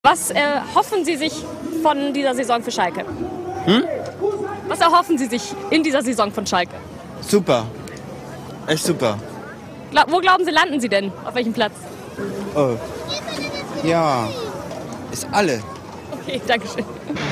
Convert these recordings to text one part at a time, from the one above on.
Was erhoffen Sie sich von dieser Saison für Schalke? Was erhoffen Sie sich in dieser Saison von Schalke? Super. Echt super. Wo glauben Sie, landen Sie denn? Auf welchem Platz? Oh. Ja. Ist alle. Okay, danke schön.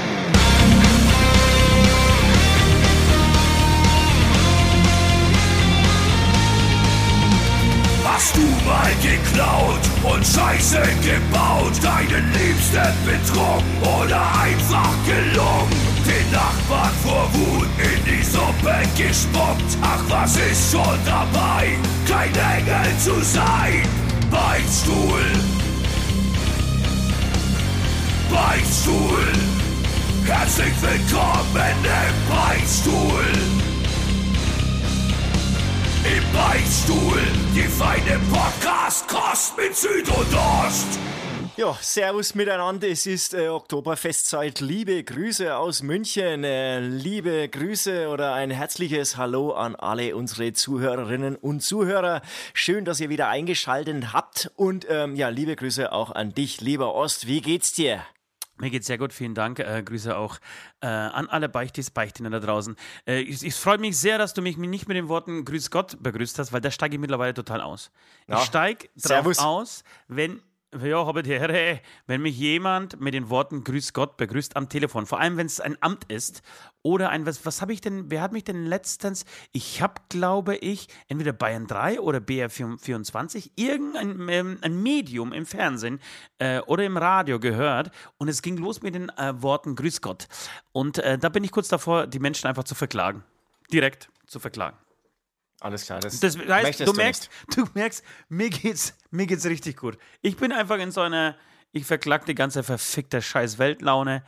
Hast du mal geklaut und Scheiße gebaut, deinen Liebsten betrogen oder einfach gelungen? Den Nachbarn vor Wut in die Suppe gespuckt. Ach, was ist schon dabei, kein Engel zu sein? Beichtstuhl, Beichtstuhl, herzlich willkommen im Beichtstuhl. Im Beichtstuhl, die feine Podcast-Kost mit Süd und Ost. Ja, servus miteinander, es ist Oktoberfestzeit. Liebe Grüße aus München, liebe Grüße oder ein herzliches Hallo an alle unsere Zuhörerinnen und Zuhörer. Schön, dass ihr wieder eingeschaltet habt und ja, liebe Grüße auch an dich, lieber Ost. Wie geht's dir? Mir geht's sehr gut, vielen Dank. Grüße auch an alle Beichtinnen da draußen. Ich freue mich sehr, dass du mich nicht mit den Worten Grüß Gott begrüßt hast, weil da steige ich mittlerweile total aus. Ja. Ich steige drauf aus, wenn mich jemand mit den Worten Grüß Gott begrüßt am Telefon, vor allem wenn es ein Amt ist oder wer hat mich denn letztens, ich habe, glaube ich, entweder Bayern 3 oder BR24, ein Medium im Fernsehen oder im Radio gehört und es ging los mit den Worten Grüß Gott. Und da bin ich kurz davor, die Menschen einfach zu verklagen. Direkt zu verklagen. Alles klar, das heißt, du merkst, mir geht's richtig gut. Ich bin einfach in so einer, ich verklag die ganze verfickte scheiß Weltlaune.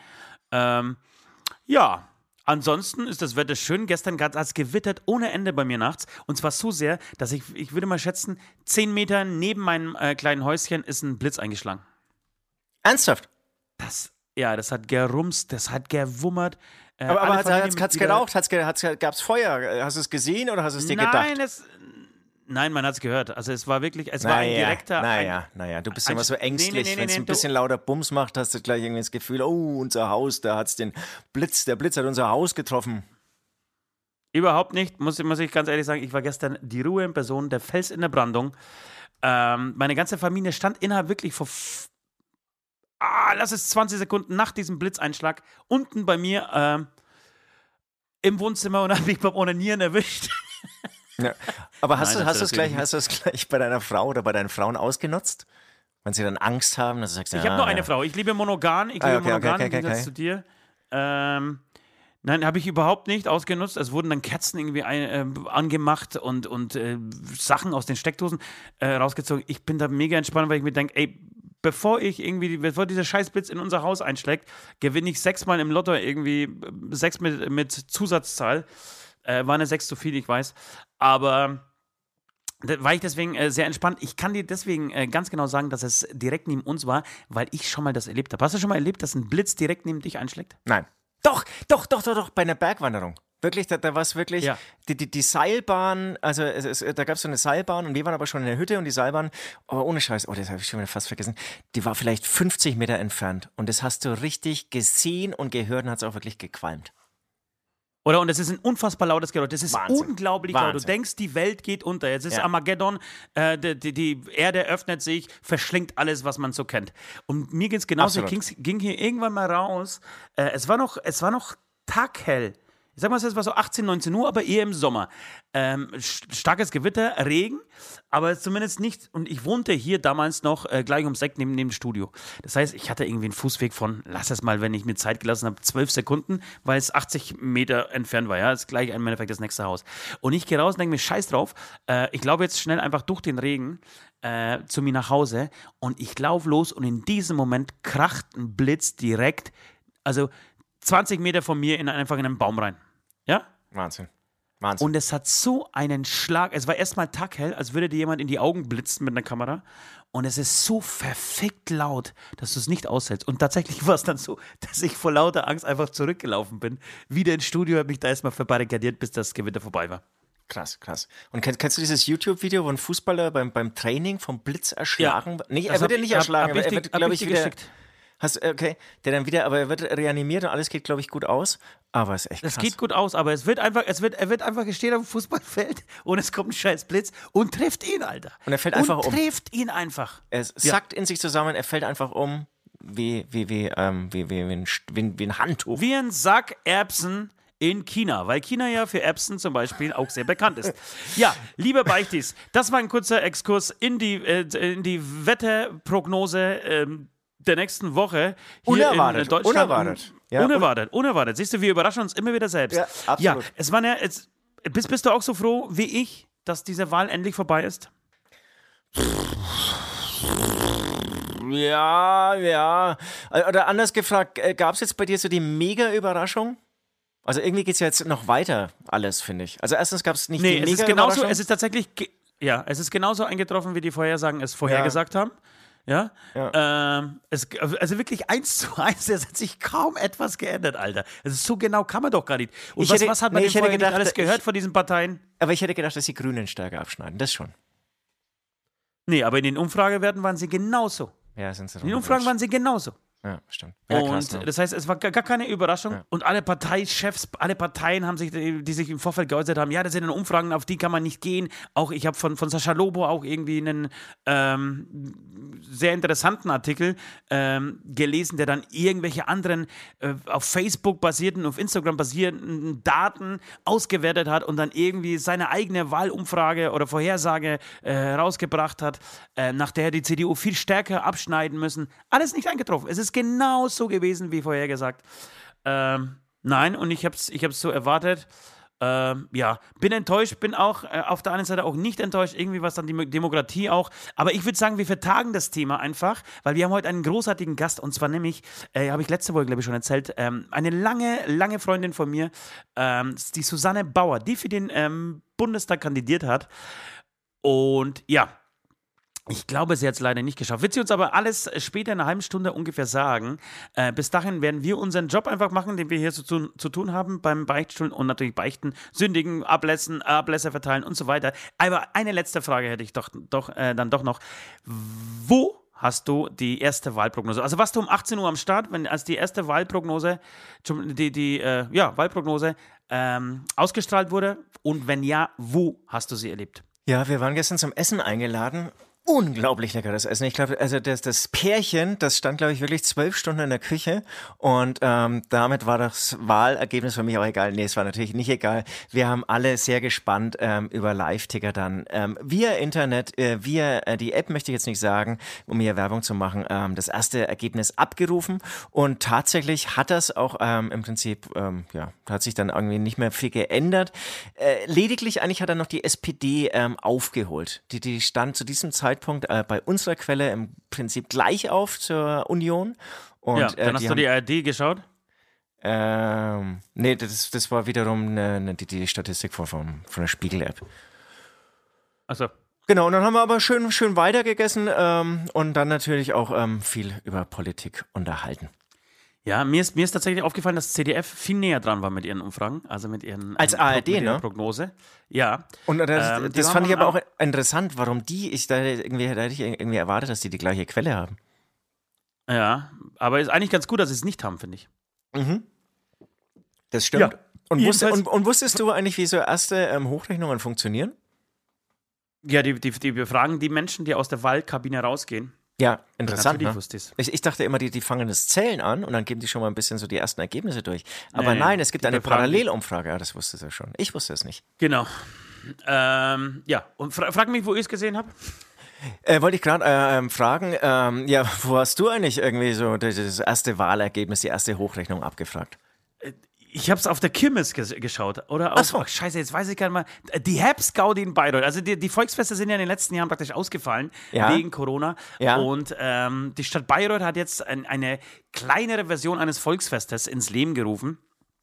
Ja, ansonsten ist das Wetter schön. Gestern hat es gewittert ohne Ende bei mir nachts. Und zwar so sehr, dass ich würde mal schätzen, 10 Meter neben meinem kleinen Häuschen ist ein Blitz eingeschlagen. Ernsthaft? Das hat gerumst, das hat gewummert. Aber hat's geraucht? Gab's Feuer? Hast du es gesehen oder hast du es dir gedacht? Nein, man hat es gehört. Also es war wirklich, war ein direkter... Naja, du bist ja immer so ängstlich. Wenn es ein bisschen lauter Bums macht, hast du gleich irgendwie das Gefühl, oh, unser Haus, da hat's der Blitz hat unser Haus getroffen. Überhaupt nicht, muss ich ganz ehrlich sagen. Ich war gestern die Ruhe in Person, der Fels in der Brandung. Meine ganze Familie stand innerhalb wirklich vor... lass es 20 Sekunden nach diesem Blitzeinschlag unten bei mir im Wohnzimmer und habe mich beim Onanieren erwischt. Ja. Aber hast du es gleich bei deiner Frau oder bei deinen Frauen ausgenutzt? Wenn sie dann Angst haben, dass du sagst, ich habe nur eine Frau. Ich liebe monogam. Im Gegensatz zu dir. Nein, habe ich überhaupt nicht ausgenutzt. Es wurden dann Kerzen irgendwie angemacht und Sachen aus den Steckdosen rausgezogen. Ich bin da mega entspannt, weil ich mir denke, ey, bevor dieser Scheißblitz in unser Haus einschlägt, gewinne ich 6-mal im Lotto irgendwie 6 mit Zusatzzahl. War eine 6 zu viel, ich weiß. Aber war ich deswegen sehr entspannt. Ich kann dir deswegen ganz genau sagen, dass es direkt neben uns war, weil ich schon mal das erlebt habe. Hast du schon mal erlebt, dass ein Blitz direkt neben dich einschlägt? Nein. Doch, bei einer Bergwanderung. Wirklich, da war es wirklich, ja. Die Seilbahn, also da gab es so eine Seilbahn und wir waren aber schon in der Hütte und die Seilbahn, aber ohne Scheiß, das habe ich schon wieder fast vergessen, die war vielleicht 50 Meter entfernt und das hast du richtig gesehen und gehört und hat es auch wirklich gequalmt. Und es ist ein unfassbar lautes Geräusch. Das ist Wahnsinn. Unglaublich laut. Du denkst, die Welt geht unter. Jetzt ist Armageddon, die Erde öffnet sich, verschlingt alles, was man so kennt. Und mir ging es genauso. Ich ging hier irgendwann mal raus. Es war noch taghell. Ich sag mal, es war so 18, 19 Uhr, aber eher im Sommer. Starkes Gewitter, Regen, aber zumindest nicht. Und ich wohnte hier damals noch gleich ums Eck neben dem Studio. Das heißt, ich hatte irgendwie einen Fußweg von, lass es mal, wenn ich mir Zeit gelassen habe, 12 Sekunden, weil es 80 Meter entfernt war. Ja, das ist gleich im Endeffekt das nächste Haus. Und ich gehe raus und denke mir, scheiß drauf. Ich laufe jetzt schnell einfach durch den Regen zu mir nach Hause und ich laufe los und in diesem Moment kracht ein Blitz direkt, also 20 Meter von mir einfach in einen Baum rein. Ja? Wahnsinn. Und es hat so einen Schlag. Es war erstmal taghell, als würde dir jemand in die Augen blitzen mit einer Kamera. Und es ist so verfickt laut, dass du es nicht aushältst. Und tatsächlich war es dann so, dass ich vor lauter Angst einfach zurückgelaufen bin. Wieder ins Studio, habe mich da erstmal verbarrikadiert, bis das Gewitter vorbei war. Krass. Und kennst du dieses YouTube-Video, wo ein Fußballer beim Training vom Blitz erschlagen wird? Nee, er wird ja nicht erschlagen, aber er wird, glaube ich, wieder... Okay, der dann wieder, aber er wird reanimiert und alles geht, glaube ich, gut aus. Aber es ist echt krass. Es geht gut aus, aber er wird einfach gestehen auf dem Fußballfeld und es kommt ein scheiß Blitz und trifft ihn, Alter. Und er fällt einfach um. Trifft ihn einfach. Er sackt in sich zusammen, er fällt einfach um wie ein Handtuch. Wie ein Sack Erbsen in China, weil China ja für Erbsen zum Beispiel auch sehr bekannt ist. Ja, liebe Beichtis, das war ein kurzer Exkurs in die Wetterprognose der nächsten Woche hier in Deutschland. Unerwartet. Siehst du, wir überraschen uns immer wieder selbst. Ja, absolut. Ja, es war bist du auch so froh wie ich, dass diese Wahl endlich vorbei ist? Ja. Oder anders gefragt, gab es jetzt bei dir so die Mega-Überraschung? Also irgendwie geht es ja jetzt noch weiter, alles, finde ich. Also erstens gab es nicht die Mega-Überraschung. Es ist tatsächlich, es ist genauso eingetroffen, wie die Vorhersagen es vorhergesagt haben. Ja. Also wirklich 1:1, es hat sich kaum etwas geändert, Alter. Also so genau kann man doch gar nicht. Und was hat man denn vorher nicht alles gehört von diesen Parteien? Aber ich hätte gedacht, dass die Grünen stärker abschneiden, das schon. Nee, aber in den Umfragewerten waren sie genauso. Ja, sind sie in den Umfragen waren sie genauso. Ja, stimmt. Ja, krass, und das heißt, es war gar keine Überraschung. Ja. Und alle Parteichefs, alle Parteien haben sich, die sich im Vorfeld geäußert haben, ja, das sind Umfragen, auf die kann man nicht gehen. Auch ich habe von Sascha Lobo auch irgendwie einen sehr interessanten Artikel gelesen, der dann irgendwelche anderen auf Facebook basierten, auf Instagram basierenden Daten ausgewertet hat und dann irgendwie seine eigene Wahlumfrage oder Vorhersage rausgebracht hat, nach der die CDU viel stärker abschneiden müssen. Alles nicht eingetroffen. Es ist genau so gewesen, wie vorher gesagt. Nein, und ich hab's so erwartet. Bin enttäuscht, bin auch auf der anderen Seite auch nicht enttäuscht, irgendwie was dann die Demokratie auch. Aber ich würde sagen, wir vertagen das Thema einfach, weil wir haben heute einen großartigen Gast und zwar nämlich, habe ich letzte Woche, glaube ich, schon erzählt, eine lange Freundin von mir, die Susanne Bauer, die für den Bundestag kandidiert hat. Und ja, ich glaube, sie hat es leider nicht geschafft. Wird sie uns aber alles später in einer halben Stunde ungefähr sagen. Bis dahin werden wir unseren Job einfach machen, den wir hier zu tun haben beim Beichtstuhl und natürlich beichten, sündigen, Ablässe verteilen und so weiter. Aber eine letzte Frage hätte ich dann doch noch. Wo hast du die erste Wahlprognose? Also warst du um 18 Uhr am Start, als die erste Wahlprognose, Wahlprognose ausgestrahlt wurde? Und wenn ja, wo hast du sie erlebt? Ja, wir waren gestern zum Essen eingeladen. Unglaublich leckeres Essen. Ich glaube, also das Pärchen, das stand, glaube ich, wirklich 12 Stunden in der Küche und damit war das Wahlergebnis für mich auch egal. Nee, es war natürlich nicht egal. Wir haben alle sehr gespannt über Live-Ticker dann via Internet, via die App, möchte ich jetzt nicht sagen, um hier Werbung zu machen, das erste Ergebnis abgerufen und tatsächlich hat das auch im Prinzip, hat sich dann irgendwie nicht mehr viel geändert. Lediglich eigentlich hat er noch die SPD aufgeholt. Die stand zu diesem Zeitpunkt bei unserer Quelle im Prinzip gleich auf zur Union. Und, ja, dann hast du die ARD geschaut? Nee, das war wiederum die Statistik von der Spiegel-App. Achso. Genau, und dann haben wir aber schön weitergegessen und dann natürlich auch viel über Politik unterhalten. Ja, mir ist tatsächlich aufgefallen, dass CDF viel näher dran war mit ihren Umfragen, also mit ihren als ARD, mit ihrer Prognose. Ja. Und das fand ich aber auch interessant, warum da hätte ich irgendwie erwartet, dass die gleiche Quelle haben. Ja, aber ist eigentlich ganz gut, dass sie es nicht haben, finde ich. Mhm. Das stimmt. Ja. Und wusstest du eigentlich, wie so erste Hochrechnungen funktionieren? Ja, die befragen die Menschen, die aus der Wahlkabine rausgehen. Ja, interessant. Ne? Ich dachte immer, die fangen das Zählen an und dann geben die schon mal ein bisschen so die ersten Ergebnisse durch. Aber nein, es gibt eine Parallelumfrage. Ja, das wusstest du schon. Ich wusste es nicht. Genau. Ja, und frag mich, wo ich es gesehen habe. Wollte ich gerade fragen, wo hast du eigentlich irgendwie so das erste Wahlergebnis, die erste Hochrechnung abgefragt? Ich habe es auf der Kirmes geschaut. Oder auf, so. Scheiße, jetzt weiß ich gar nicht mal. Die Herbstgaudi in Bayreuth. Also die Volksfeste sind ja in den letzten Jahren praktisch ausgefallen, wegen Corona. Ja. Und die Stadt Bayreuth hat jetzt eine kleinere Version eines Volksfestes ins Leben gerufen.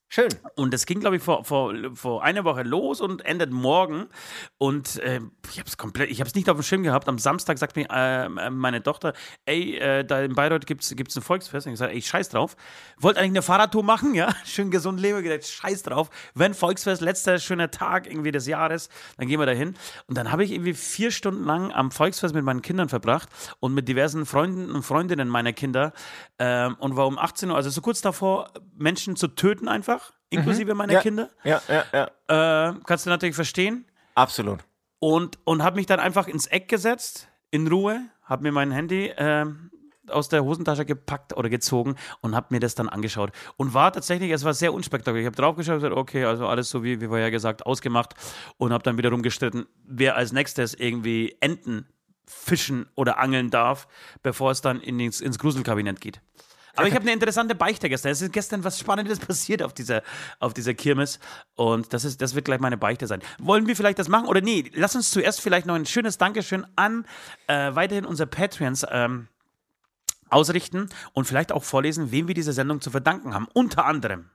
Schön. Und das ging, glaube ich, vor einer Woche los und endet morgen. Und ich habe es nicht auf dem Schirm gehabt. Am Samstag sagt mir meine Tochter, da in Bayreuth gibt's ein Volksfest. Und ich sage, scheiß drauf. Wollte eigentlich eine Fahrradtour machen, ja, schön gesund leben. Gedacht, scheiß drauf. Wenn Volksfest, letzter schöner Tag irgendwie des Jahres, dann gehen wir da hin. Und dann habe ich irgendwie 4 Stunden lang am Volksfest mit meinen Kindern verbracht und mit diversen Freunden und Freundinnen meiner Kinder. Und war um 18 Uhr, also so kurz davor, Menschen zu töten einfach. Inklusive meiner Kinder. Ja. Kannst du natürlich verstehen. Absolut. Und habe mich dann einfach ins Eck gesetzt, in Ruhe, habe mir mein Handy aus der Hosentasche gepackt oder gezogen und habe mir das dann angeschaut. Und war tatsächlich, es war sehr unspektakulär. Ich habe draufgeschaut und gesagt, okay, also alles so wie vorher gesagt, ausgemacht und habe dann wieder rumgestritten, wer als nächstes irgendwie Enten fischen oder angeln darf, bevor es dann ins Gruselkabinett geht. Aber ich habe eine interessante Beichte gestern. Es ist gestern was Spannendes passiert auf dieser Kirmes. Und das wird gleich meine Beichte sein. Wollen wir vielleicht das machen? Oder nee, lass uns zuerst vielleicht noch ein schönes Dankeschön an weiterhin unsere Patreons ausrichten und vielleicht auch vorlesen, wem wir diese Sendung zu verdanken haben. Unter anderem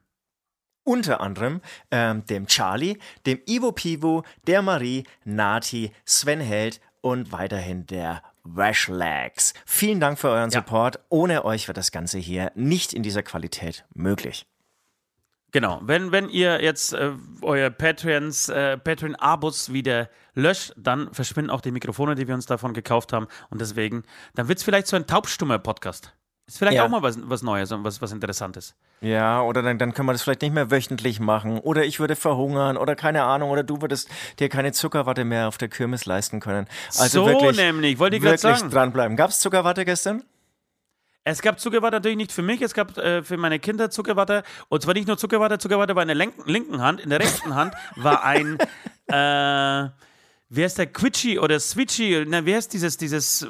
dem Charlie, dem Ivo Pivo, der Marie, Nati, Sven Held und weiterhin der Washlags. Vielen Dank für euren Support. Ohne euch wird das Ganze hier nicht in dieser Qualität möglich. Genau, wenn ihr jetzt euer Patreon-Abos wieder löscht, dann verschwinden auch die Mikrofone, die wir uns davon gekauft haben. Und deswegen, dann wird es vielleicht so ein taubstummer Podcast. Ist vielleicht auch mal was Neues und was Interessantes. Ja, oder dann können wir das vielleicht nicht mehr wöchentlich machen. Oder ich würde verhungern oder keine Ahnung. Oder du würdest dir keine Zuckerwatte mehr auf der Kirmes leisten können. Also so wirklich, nämlich, wollte ich gerade sagen. Dranbleiben. Gab es Zuckerwatte gestern? Es gab Zuckerwatte natürlich nicht für mich, es gab für meine Kinder Zuckerwatte. Und zwar nicht nur Zuckerwatte war in der linken Hand. In der rechten Hand war ein, wie heißt der, Quitschi oder Switchy? Na, wie heißt dieses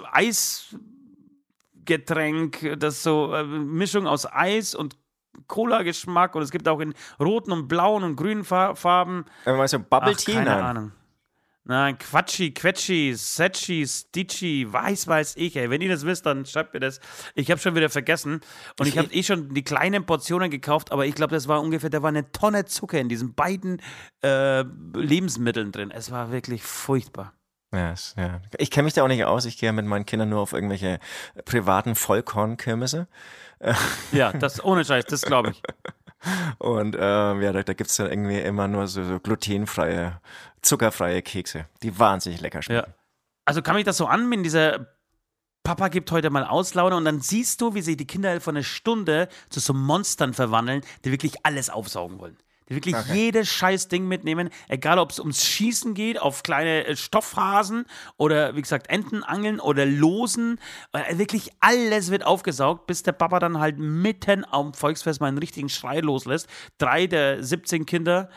Eisgetränk, das so Mischung aus Eis und Cola-Geschmack und es gibt auch in roten und blauen und grünen Farben. Meinst du Bubble Tea? Keine Ahnung. Nein, Quetschi, Setschi, Stitchi, weiß ich, ey. Wenn ihr das wisst, dann schreibt mir das. Ich habe schon wieder vergessen. Und ich habe schon die kleinen Portionen gekauft, aber ich glaube, da war eine Tonne Zucker in diesen beiden Lebensmitteln drin. Es war wirklich furchtbar. Ja. Ich kenne mich da auch nicht aus. Ich gehe mit meinen Kindern nur auf irgendwelche privaten Vollkornkirmesse. Ja, das ohne Scheiß, das glaube ich. Und da gibt es dann irgendwie immer nur so glutenfreie, zuckerfreie Kekse, die wahnsinnig lecker schmecken. Ja. Also kann mich das so anbinden, dieser Papa gibt heute mal Auslaune und dann siehst du, wie sich die Kinder von einer Stunde zu so Monstern verwandeln, die wirklich alles aufsaugen wollen. Die wirklich jedes scheiß Ding mitnehmen, egal ob es ums Schießen geht, auf kleine Stoffhasen oder wie gesagt Enten angeln oder Losen. Wirklich alles wird aufgesaugt, bis der Papa dann halt mitten am Volksfest mal einen richtigen Schrei loslässt. 3 der 17 Kinder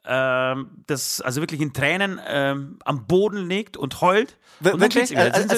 das also wirklich in Tränen am Boden liegt und heult. Wirklich?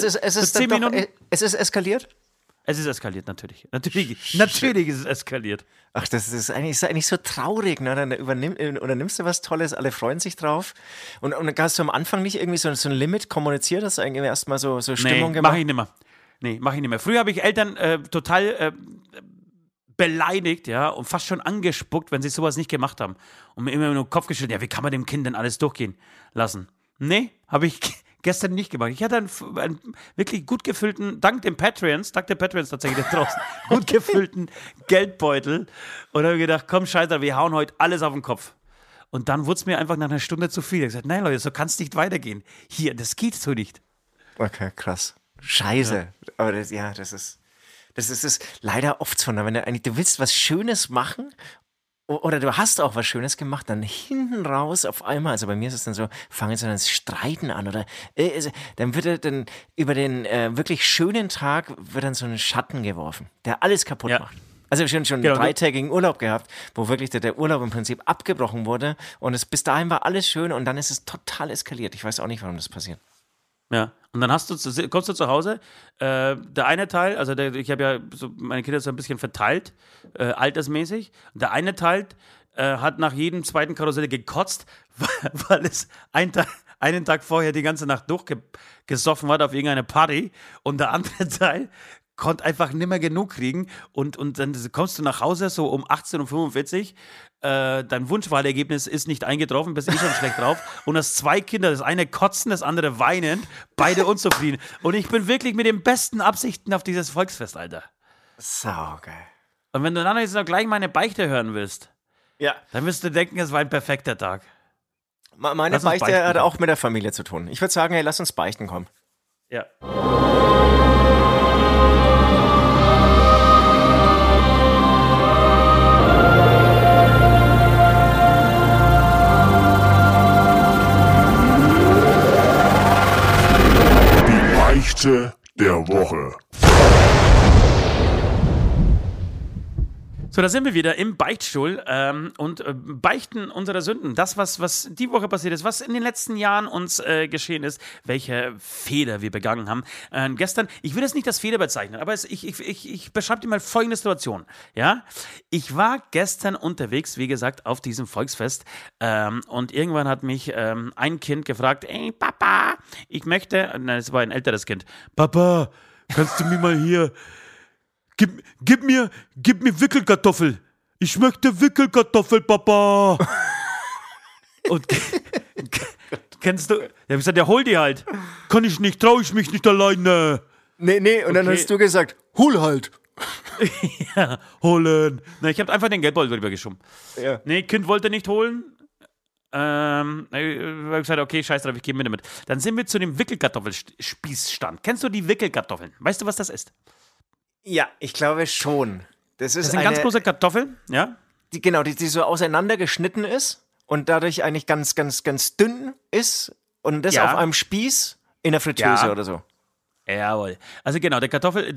Es ist eskaliert? Es ist eskaliert, natürlich. Natürlich ist es eskaliert. Ach, das ist eigentlich so traurig, ne? Dann übernimmst du was Tolles, alle freuen sich drauf. Und hast du am Anfang nicht irgendwie so ein Limit kommuniziert, hast du eigentlich erstmal so Stimmung gemacht? Mach ich nicht mehr. Früher habe ich Eltern total beleidigt, ja, und fast schon angespuckt, wenn sie sowas nicht gemacht haben. Und mir immer nur den Kopf geschüttelt, ja, wie kann man dem Kind denn alles durchgehen lassen? Nee, habe ich gestern nicht gemacht. Ich hatte einen wirklich gut gefüllten, dank der Patreons tatsächlich da draußen, gut gefüllten Geldbeutel und habe gedacht, komm, Scheiße, wir hauen heute alles auf den Kopf. Und dann wurde es mir einfach nach einer Stunde zu viel. Ich habe gesagt, nein, Leute, so kann es nicht weitergehen. Hier, das geht so nicht. Okay, krass. Scheiße. Ja. Aber das ist leider oft so, wenn du willst was Schönes machen oder du hast auch was Schönes gemacht, dann hinten raus auf einmal, also bei mir ist es dann so, fangen sie dann das Streiten an oder dann wird dann über den wirklich schönen Tag wird dann so ein Schatten geworfen, der alles kaputt macht. Also schon einen 3-tägigen Urlaub gehabt, wo wirklich der Urlaub im Prinzip abgebrochen wurde und bis dahin war alles schön und dann ist es total eskaliert. Ich weiß auch nicht, warum das passiert. Ja, und dann kommst du zu Hause, der eine Teil, also ich habe ja so meine Kinder so ein bisschen verteilt, altersmäßig, und der eine Teil hat nach jedem zweiten Karussell gekotzt, weil es einen Tag vorher die ganze Nacht durchgesoffen hat auf irgendeine Party und der andere Teil konnte einfach nimmer genug kriegen und dann kommst du nach Hause so um 18:45 Uhr, dein Wunschwahlergebnis ist nicht eingetroffen, bist schon schlecht drauf und hast 2 Kinder, das eine kotzen, das andere weinend, beide unzufrieden. Und ich bin wirklich mit den besten Absichten auf dieses Volksfest, Alter. Saugeil. Und wenn du dann jetzt noch gleich meine Beichte hören willst, dann wirst du denken, es war ein perfekter Tag. Meine Beichte hat auch mit der Familie zu tun. Ich würde sagen, hey, lass uns beichten kommen. Ja. Die Beichte der Woche. So, da sind wir wieder im Beichtstuhl und beichten unsere Sünden. Das, was die Woche passiert ist, was in den letzten Jahren uns geschehen ist, welche Fehler wir begangen haben. Gestern, ich will jetzt nicht das Fehler bezeichnen, aber ich beschreibe dir mal folgende Situation. Ja? Ich war gestern unterwegs, wie gesagt, auf diesem Volksfest und irgendwann hat mich ein Kind gefragt, ey Papa, ich möchte, nein, es war ein älteres Kind, Papa, kannst du mir mal hier... Gib mir Wickelkartoffel. Ich möchte Wickelkartoffel, Papa. Und kennst du? Ja, ich gesagt, der hol die halt. Kann ich nicht, traue ich mich nicht alleine. Nee, und dann hast du gesagt, hol halt. Ja, holen. Na, ich habe einfach den Geldbeutel drüber geschoben. Ja. Nee, Kind wollte nicht holen. Ich habe gesagt, okay, scheiß drauf, ich gehe mit. Dann sind wir zu dem Wickelkartoffelspießstand. Kennst du die Wickelkartoffeln? Weißt du, was das ist? Ja, ich glaube schon. Das sind ganz große Kartoffeln, ja? Die so auseinandergeschnitten ist und dadurch eigentlich ganz, ganz, ganz dünn ist und das auf einem Spieß in der Fritteuse oder so. Jawohl. Also genau, der Kartoffel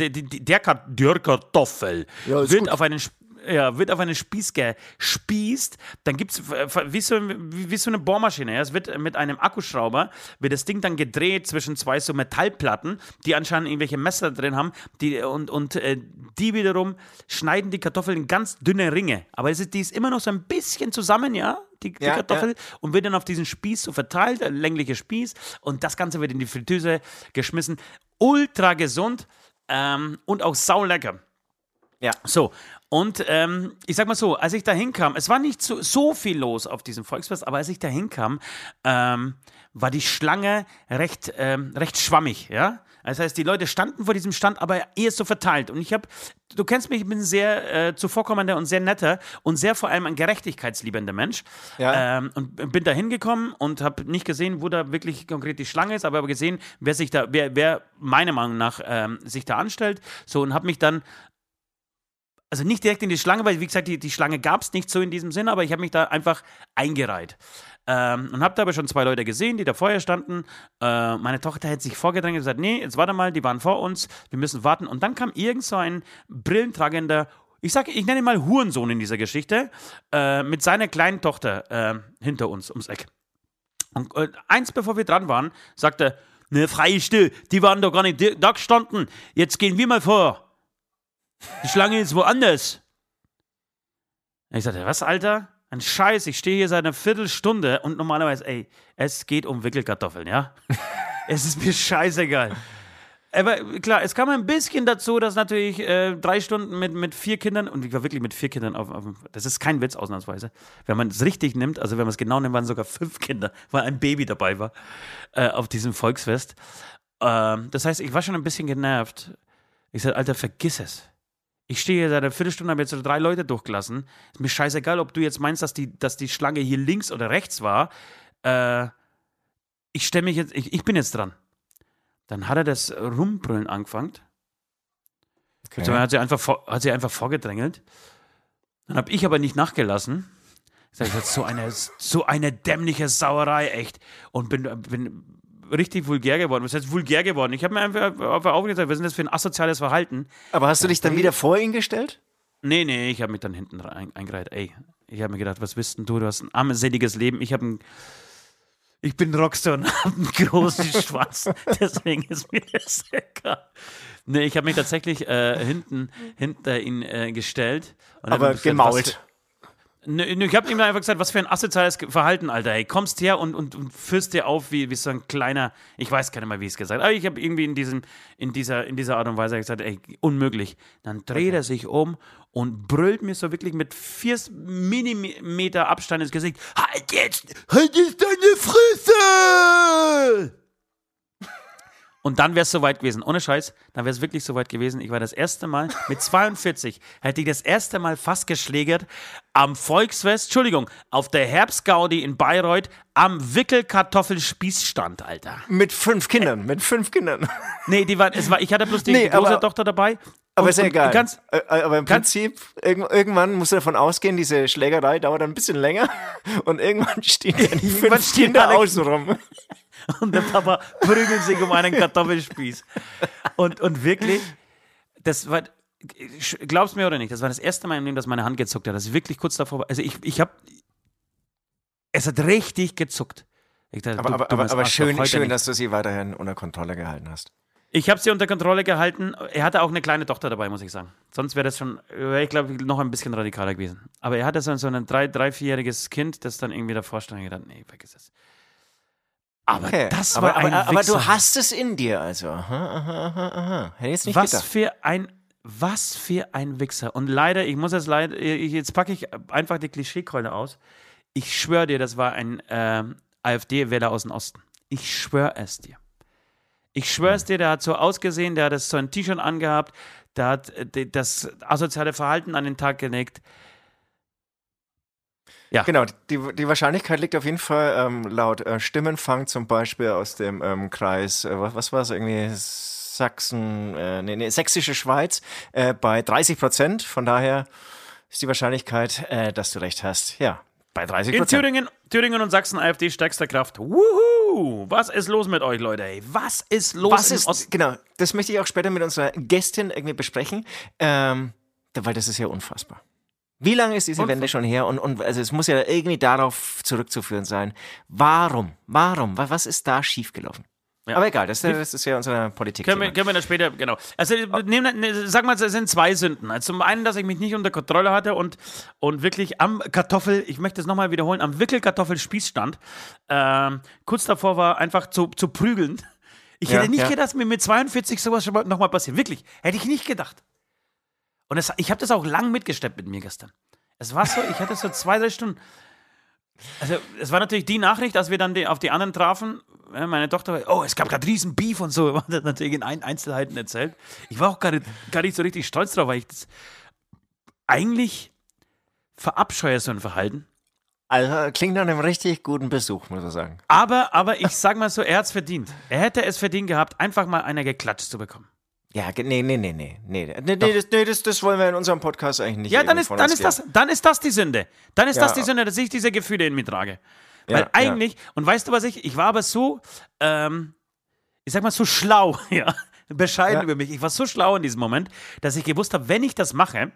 wird auf einen Spieß gespießt. Dann gibt es wie so eine Bohrmaschine. Ja? Es wird mit einem Akkuschrauber, wird das Ding dann gedreht zwischen 2 so Metallplatten, die anscheinend irgendwelche Messer drin haben. Die wiederum schneiden die Kartoffeln in ganz dünne Ringe. Aber die ist immer noch so ein bisschen zusammen, ja? Die Kartoffel und wird dann auf diesen Spieß so verteilt, ein länglicher Spieß. Und das Ganze wird in die Fritteuse geschmissen. Ultra gesund und auch saulecker. Ja. So, und ich sag mal so, als ich da hinkam, es war nicht so viel los auf diesem Volksfest, aber als ich da hinkam, war die Schlange recht schwammig, ja? Das heißt, die Leute standen vor diesem Stand, aber eher so verteilt. Und du kennst mich, ich bin ein sehr zuvorkommender und sehr netter und sehr vor allem ein gerechtigkeitsliebender Mensch. Ja. Und bin da hingekommen und habe nicht gesehen, wo da wirklich konkret die Schlange ist, aber habe gesehen, wer meiner Meinung nach sich da anstellt. So, und habe mich dann also nicht direkt in die Schlange, weil, wie gesagt, die Schlange gab es nicht so in diesem Sinne, aber ich habe mich da einfach eingereiht. Und habe da aber schon 2 Leute gesehen, die da vorher standen. Meine Tochter hat sich vorgedrängt und gesagt, nee, jetzt warte mal, die waren vor uns, wir müssen warten. Und dann kam irgend so ein brillentragender, ich nenne ihn mal Hurensohn in dieser Geschichte, mit seiner kleinen Tochter hinter uns ums Eck. Und eins bevor wir dran waren, sagte er, ne, frei still, die waren doch gar nicht da gestanden, jetzt gehen wir mal vor. Die Schlange ist woanders. Ich sagte, was, Alter? Ein Scheiß, ich stehe hier seit einer Viertelstunde und normalerweise, es geht um Wickelkartoffeln, ja? Es ist mir scheißegal. Aber klar, es kam ein bisschen dazu, dass natürlich 3 Stunden mit 4 Kindern, und ich war wirklich mit 4 Kindern das ist kein Witz ausnahmsweise, wenn man es richtig nimmt, also wenn man es genau nimmt, waren sogar 5 Kinder, weil ein Baby dabei war auf diesem Volksfest. Das heißt, ich war schon ein bisschen genervt. Ich sagte, Alter, vergiss es. Ich stehe hier seit einer Viertelstunde, habe jetzt 3 Leute durchgelassen. Ist mir scheißegal, ob du jetzt meinst, dass die Schlange hier links oder rechts war. Ich bin jetzt dran. Dann hat er das Rumbrüllen angefangen. Okay. So, hat sie einfach vorgedrängelt. Dann habe ich aber nicht nachgelassen. Ich sage, das ist so eine dämliche Sauerei, echt. Und bin richtig vulgär geworden. Was heißt vulgär geworden? Ich habe mir einfach aufgesagt, was ist das für ein asoziales Verhalten? Aber hast du dich dann wieder vor ihn gestellt? Nee, ich habe mich dann hinten eingereiht. Ich habe mir gedacht, was bist denn du? Du hast ein armseliges Leben. Ich bin Rockstar und habe einen großen Schwanz. Deswegen ist mir das egal. Nee, ich habe mich tatsächlich hinter ihn gestellt. Und aber gemault. Ich habe ihm einfach gesagt, was für ein asoziales Verhalten, Alter. Hey, kommst her und führst dir auf wie so ein kleiner, ich weiß gar nicht mehr, wie ich es gesagt habe, aber ich habe irgendwie in dieser Art und Weise gesagt, ey, unmöglich. Dann dreht er sich um und brüllt mir so wirklich mit 4 Millimeter Abstand ins Gesicht, halt jetzt deine Fresse! Und dann wäre es soweit gewesen. Ohne Scheiß, dann wäre es wirklich soweit gewesen. Ich war das erste Mal, mit 42, hätte ich das erste Mal fast geschlägert am Volksfest, Entschuldigung, auf der Herbstgaudi in Bayreuth am Wickelkartoffelspießstand, Alter. Mit 5 Kindern, Nee, ich hatte bloß die große Tochter dabei. Aber ist ja egal. Aber im Prinzip, irgendwann musst du davon ausgehen, diese Schlägerei dauert ein bisschen länger und irgendwann stehen dann die 5 Kinder außen rum. Und der Papa prügelt sich um einen Kartoffelspieß. Und wirklich, das war, glaubst mir oder nicht, das war das erste Mal im Leben, dass meine Hand gezuckt hat. Das ist wirklich kurz davor war. Also es hat richtig gezuckt. Ich dachte, aber schön, dass du sie weiterhin unter Kontrolle gehalten hast. Ich habe sie unter Kontrolle gehalten. Er hatte auch eine kleine Tochter dabei, muss ich sagen. Sonst wäre ich glaube, noch ein bisschen radikaler gewesen. Aber er hatte so ein 3-4-jähriges Kind, das dann irgendwie davor stand und gedacht, nee, vergiss es. Aber okay. Das war aber du hast es in dir, also. Aha. Hätte ich jetzt nicht gedacht. Was für ein Wichser. Und leider, jetzt packe ich einfach die Klischeekeule aus. Ich schwöre dir, das war ein AfD-Wähler aus dem Osten. Ich schwöre es dir. Der hat so ausgesehen, der hat so ein T-Shirt angehabt, der hat das asoziale Verhalten an den Tag gelegt. Ja. Genau, die Wahrscheinlichkeit liegt auf jeden Fall laut Stimmenfang zum Beispiel aus dem Kreis, was war es, irgendwie Sächsische Schweiz, bei 30%. Von daher ist die Wahrscheinlichkeit, dass du recht hast, ja, bei 30%. In Thüringen und Sachsen AfD stärkster Kraft. Wuhu! Was ist los mit euch, Leute? Ey? Was ist los im Osten? Genau, das möchte ich auch später mit unserer Gästin irgendwie besprechen, weil das ist ja unfassbar. Wie lange ist diese Wende schon her? Und also es muss ja irgendwie darauf zurückzuführen sein. Warum? Was ist da schiefgelaufen? Ja. Aber egal, das ist ja unsere Politik. Können wir das später, genau. Also sag mal, es sind 2 Sünden. Also zum einen, dass ich mich nicht unter Kontrolle hatte und wirklich ich möchte es nochmal wiederholen, am Wickelkartoffelspießstand kurz davor war, einfach zu prügeln. Ich hätte nicht gedacht, dass mir mit 42 sowas schon nochmal passiert. Wirklich, hätte ich nicht gedacht. Und ich habe das auch lang mitgesteppt mit mir gestern. Es war so, ich hatte so 2-3 Stunden. Also, es war natürlich die Nachricht, als wir dann auf die anderen trafen. Meine Tochter, es gab gerade riesen Beef und so. Das hat natürlich in Einzelheiten erzählt. Ich war auch gar nicht so richtig stolz drauf, weil ich das eigentlich verabscheue, so ein Verhalten. Also, klingt nach einem richtig guten Besuch, muss ich sagen. Aber ich sag mal so, er hat es verdient. Er hätte es verdient gehabt, einfach mal einer geklatscht zu bekommen. Ja, nee. Das wollen wir in unserem Podcast eigentlich nicht. Ja, dann ist das die Sünde. Dann ist das die Sünde, dass ich diese Gefühle in mir trage. Weil eigentlich, und weißt du was ich war aber so, ich sag mal so schlau, bescheiden über mich. Ich war so schlau in diesem Moment, dass ich gewusst habe, wenn ich das mache,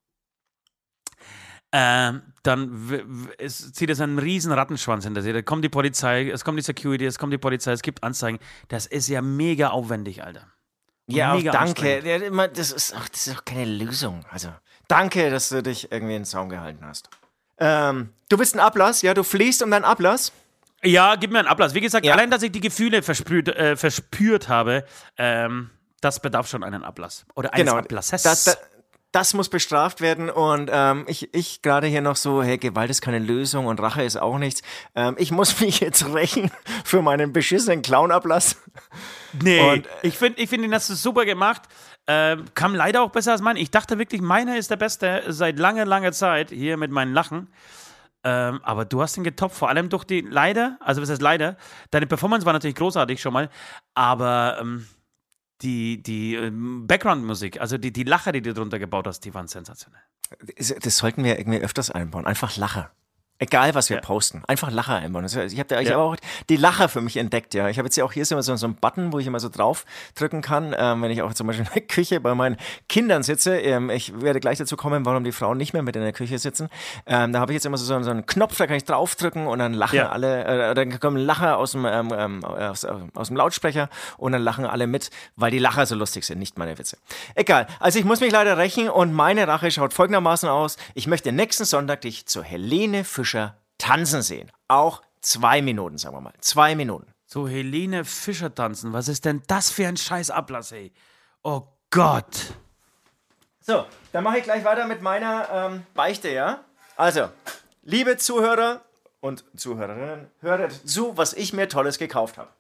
dann zieht es einen riesen Rattenschwanz hinter sich. Da kommt die Polizei, es kommt die Security, es kommt die Polizei, es gibt Anzeigen. Das ist ja mega aufwendig, Alter. Ja, auch danke. Das ist auch keine Lösung. Also, danke, dass du dich irgendwie in den Zaum gehalten hast. Du willst einen Ablass? Ja, du fliehst um deinen Ablass? Ja, gib mir einen Ablass. Wie gesagt, allein, dass ich die Gefühle verspürt habe, das bedarf schon einen Ablass. Oder eines Ablasses. Das muss bestraft werden und ich gerade hier noch so, hey, Gewalt ist keine Lösung und Rache ist auch nichts. Ich muss mich jetzt rächen für meinen beschissenen Clown-Ablass. Nee, und, ich finde, den hast du super gemacht. Kam leider auch besser als mein. Ich dachte wirklich, meiner ist der Beste seit langer Zeit, hier mit meinen Lachen. Aber du hast ihn getoppt, vor allem durch die, was heißt leider, deine Performance war natürlich großartig schon mal, aber die Background-Musik, also die Lacher, die du drunter gebaut hast, die waren sensationell. Das sollten wir irgendwie öfters einbauen, einfach Lacher. Egal, was wir posten. Einfach Lacher einbauen. Ich habe auch die Lacher für mich entdeckt, ja. Ich habe jetzt ja auch hier immer so einen Button, wo ich immer so drauf drücken kann, wenn ich auch zum Beispiel in der Küche bei meinen Kindern sitze. Ich werde gleich dazu kommen, warum die Frauen nicht mehr mit in der Küche sitzen. Da habe ich jetzt immer so einen Knopf, da kann ich draufdrücken und dann lachen alle, dann kommen Lacher aus dem Lautsprecher und dann lachen alle mit, weil die Lacher so lustig sind, nicht meine Witze. Egal. Also ich muss mich leider rächen und meine Rache schaut folgendermaßen aus. Ich möchte nächsten Sonntag dich zur Helene Fischer tanzen sehen. Auch 2 Minuten, sagen wir mal. 2 Minuten. So, Helene Fischer tanzen. Was ist denn das für ein scheiß Ablass, ey? Oh Gott. So, dann mache ich gleich weiter mit meiner Beichte, ja? Also, liebe Zuhörer und Zuhörerinnen, hört zu, was ich mir Tolles gekauft habe.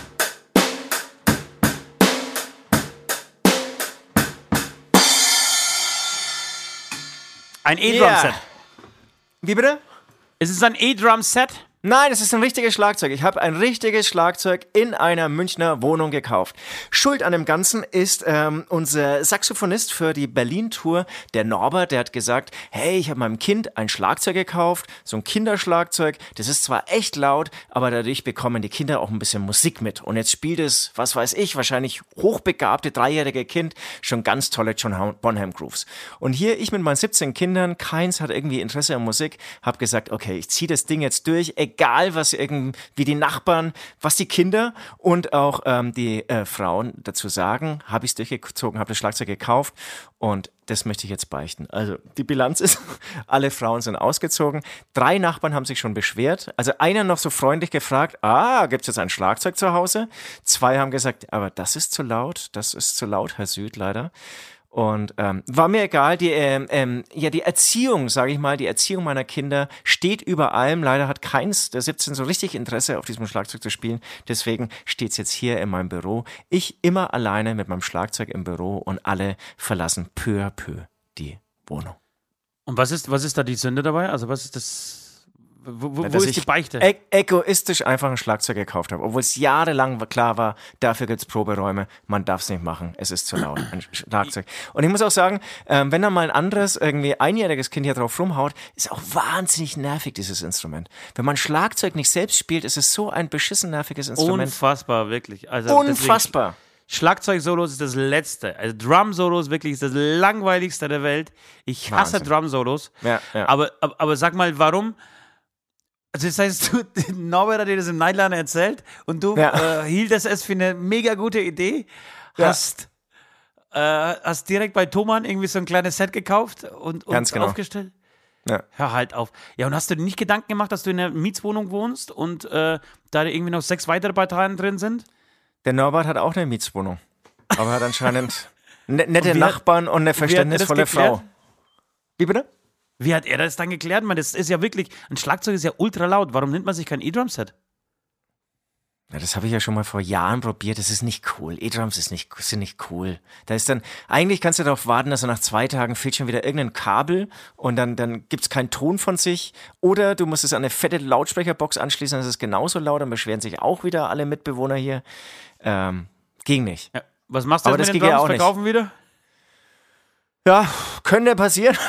Ein E-Drum-Set. Wie bitte? Ist es ein E-Drum-Set? Nein, es ist ein richtiges Schlagzeug. Ich habe ein richtiges Schlagzeug in einer Münchner Wohnung gekauft. Schuld an dem Ganzen ist unser Saxophonist für die Berlin-Tour, der Norbert, der hat gesagt, hey, ich habe meinem Kind ein Schlagzeug gekauft, so ein Kinderschlagzeug. Das ist zwar echt laut, aber dadurch bekommen die Kinder auch ein bisschen Musik mit. Und jetzt spielt es, was weiß ich, wahrscheinlich hochbegabte 3-jährige Kind schon ganz tolle John Bonham Grooves. Und hier, ich mit meinen 17 Kindern, keins hat irgendwie Interesse an Musik, habe gesagt, okay, ich ziehe das Ding jetzt durch, egal was irgendwie die Nachbarn, was die Kinder und auch die Frauen dazu sagen, habe ich es durchgezogen, habe das Schlagzeug gekauft und das möchte ich jetzt beichten. Also die Bilanz ist, alle Frauen sind ausgezogen, 3 Nachbarn haben sich schon beschwert, also einer noch so freundlich gefragt, gibt es jetzt ein Schlagzeug zu Hause? 2 haben gesagt, aber das ist zu laut, Herr Süd, leider. Und war mir egal, die Erziehung, sage ich mal, die Erziehung meiner Kinder steht über allem. Leider hat keins der 17 so richtig Interesse, auf diesem Schlagzeug zu spielen. Deswegen steht's jetzt hier in meinem Büro. Ich immer alleine mit meinem Schlagzeug im Büro und alle verlassen peu à peu die Wohnung. Und was ist da die Sünde dabei? Also was ist das? Wo ist die Beichte? Egoistisch einfach ein Schlagzeug gekauft habe, obwohl es jahrelang klar war, dafür gibt es Proberäume, man darf es nicht machen, es ist zu laut, ein Schlagzeug. Und ich muss auch sagen, wenn dann mal ein anderes, irgendwie einjähriges Kind hier drauf rumhaut, ist auch wahnsinnig nervig, dieses Instrument. Wenn man Schlagzeug nicht selbst spielt, ist es so ein beschissen nerviges Instrument. Unfassbar, wirklich. Also unfassbar. Schlagzeug-Solos ist das Letzte. Also Drum-Solos wirklich ist das Langweiligste der Welt. Ich hasse Drum-Solos. Ja. Aber sag mal, warum? Also das heißt, Norbert hat dir das im Nightliner erzählt und du hieltest es für eine mega gute Idee, hast direkt bei Thomann irgendwie so ein kleines Set gekauft und aufgestellt? Ja. Hör halt auf. Ja, und hast du dir nicht Gedanken gemacht, dass du in einer Mietswohnung wohnst und da irgendwie noch 6 weitere Parteien drin sind? Der Norbert hat auch eine Mietswohnung, aber hat anscheinend nette Nachbarn und eine verständnisvolle Frau. Wie bitte? Wie hat er das dann geklärt? Man, das ist ja wirklich, ein Schlagzeug ist ja ultra laut. Warum nimmt man sich kein E-Drum-Set? Ja, das habe ich ja schon mal vor Jahren probiert. Das ist nicht cool. E-Drums sind nicht cool. Da ist dann, eigentlich kannst du darauf warten, dass er nach 2 Tagen fehlt schon wieder irgendein Kabel und dann gibt's keinen Ton von sich. Oder du musst es an eine fette Lautsprecherbox anschließen, das ist genauso laut, dann beschweren sich auch wieder alle Mitbewohner hier. Ging nicht. Ja, was machst du jetzt mit den Drums? Verkaufen wieder? Ja, könnte passieren.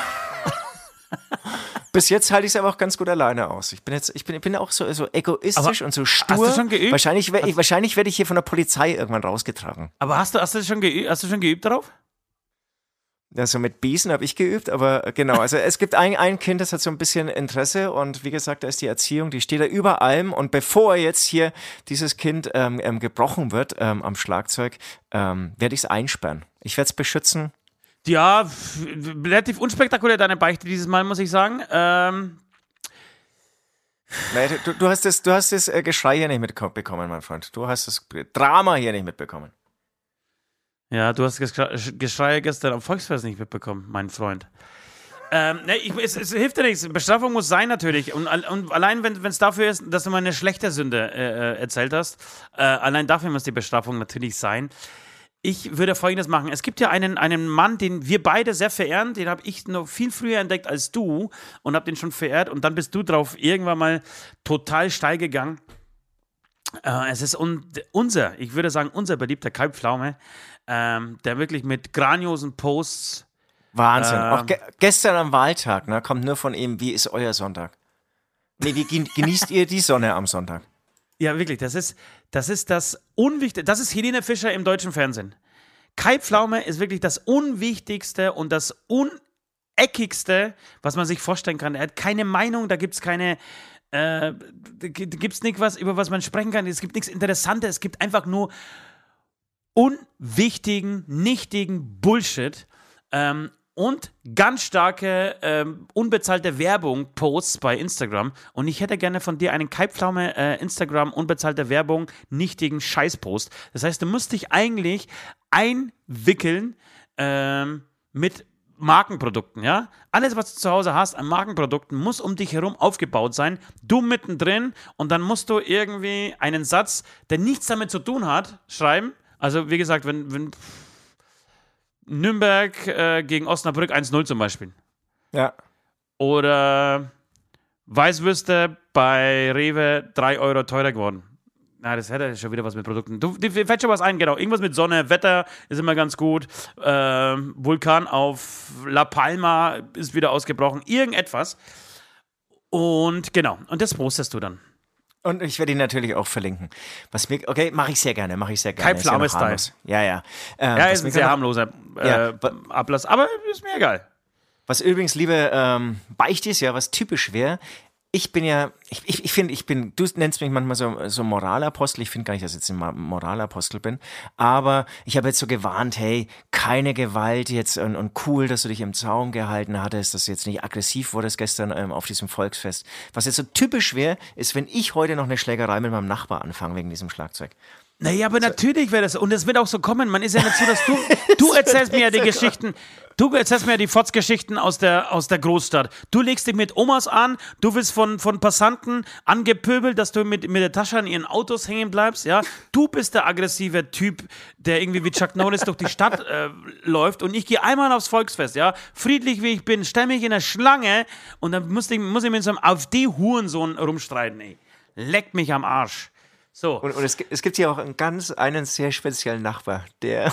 Bis jetzt halte ich es aber auch ganz gut alleine aus. Ich bin auch so egoistisch und so stur. Hast du schon geübt? Wahrscheinlich werde ich hier von der Polizei irgendwann rausgetragen. Aber hast du schon geübt darauf? Ja, so mit Besen habe ich geübt, aber genau. Also es gibt ein Kind, das hat so ein bisschen Interesse und wie gesagt, da ist die Erziehung, die steht da über allem und bevor jetzt hier dieses Kind gebrochen wird am Schlagzeug, werde ich es einsperren. Ich werde es beschützen. Ja, relativ unspektakulär deine Beichte dieses Mal, muss ich sagen. Du hast das Geschrei hier nicht mitbekommen, mein Freund. Du hast das Drama hier nicht mitbekommen. Ja, du hast das Geschrei gestern am Volksfest nicht mitbekommen, mein Freund. Es hilft dir nichts. Bestrafung muss sein natürlich. Und allein, wenn es dafür ist, dass du mal eine schlechte Sünde erzählt hast, allein dafür muss die Bestrafung natürlich sein. Ich würde Folgendes machen. Es gibt ja einen Mann, den wir beide sehr verehren. Den habe ich noch viel früher entdeckt als du und habe den schon verehrt. Und dann bist du drauf irgendwann mal total steil gegangen. Es ist ich würde sagen, unser beliebter Kai Pflaume, der wirklich mit grandiosen Posts. Wahnsinn. Auch gestern am Wahltag, kommt nur von ihm, wie ist euer Sonntag? Nee, wie genießt ihr die Sonne am Sonntag? Ja, wirklich, das ist das Unwichtigste. Das ist Helene Fischer im deutschen Fernsehen. Kai Pflaume ist wirklich das Unwichtigste und das Uneckigste, was man sich vorstellen kann. Er hat keine Meinung, da gibt es nichts, über was man sprechen kann. Es gibt nichts Interessantes, es gibt einfach nur unwichtigen, nichtigen Bullshit. Und ganz starke, unbezahlte Werbung, Posts bei Instagram. Und ich hätte gerne von dir einen Kai Pflaume Instagram, unbezahlte Werbung, nichtigen Scheißpost. Das heißt, du musst dich eigentlich einwickeln mit Markenprodukten, ja? Alles, was du zu Hause hast an Markenprodukten, muss um dich herum aufgebaut sein. Du mittendrin und dann musst du irgendwie einen Satz, der nichts damit zu tun hat, schreiben. Also, wie gesagt, wenn Nürnberg gegen Osnabrück 1-0 zum Beispiel. Ja. Oder Weißwürste bei Rewe 3 Euro teurer geworden. Na, das hätte schon wieder was mit Produkten. Dir fällt schon was ein, genau. Irgendwas mit Sonne, Wetter ist immer ganz gut. Vulkan auf La Palma ist wieder ausgebrochen. Irgendetwas. Und genau. Und das postest du dann. Und ich werde ihn natürlich auch verlinken. Okay, mache ich sehr gerne. Kai Pflaume-Style. Ja. Ist ein sehr harmloser Ablass, aber ist mir egal. Was übrigens, liebe Beichtis, ja, was typisch wäre, ich finde, du nennst mich manchmal so Moralapostel, ich finde gar nicht, dass ich jetzt ein Moralapostel bin, aber ich habe jetzt so gewarnt, hey, keine Gewalt jetzt und cool, dass du dich im Zaum gehalten hattest, dass du jetzt nicht aggressiv wurdest gestern auf diesem Volksfest. Was jetzt so typisch wäre, ist, wenn ich heute noch eine Schlägerei mit meinem Nachbar anfange wegen diesem Schlagzeug. Naja, aber natürlich wäre das, und es wird auch so kommen, man ist ja nicht so, dass du erzählst mir ja die Geschichten, du erzählst mir ja die Fotzgeschichten aus der Großstadt. Du legst dich mit Omas an, du wirst von Passanten angepöbelt, dass du mit der Tasche an ihren Autos hängen bleibst, ja. Du bist der aggressive Typ, der irgendwie wie Chuck Norris durch die Stadt läuft und ich gehe einmal aufs Volksfest, ja. Friedlich wie ich bin, stell mich in eine Schlange und dann muss ich mit so einem AfD-Hurensohn rumstreiten, ey. Leck mich am Arsch. So. Und es gibt hier auch einen sehr speziellen Nachbar, der...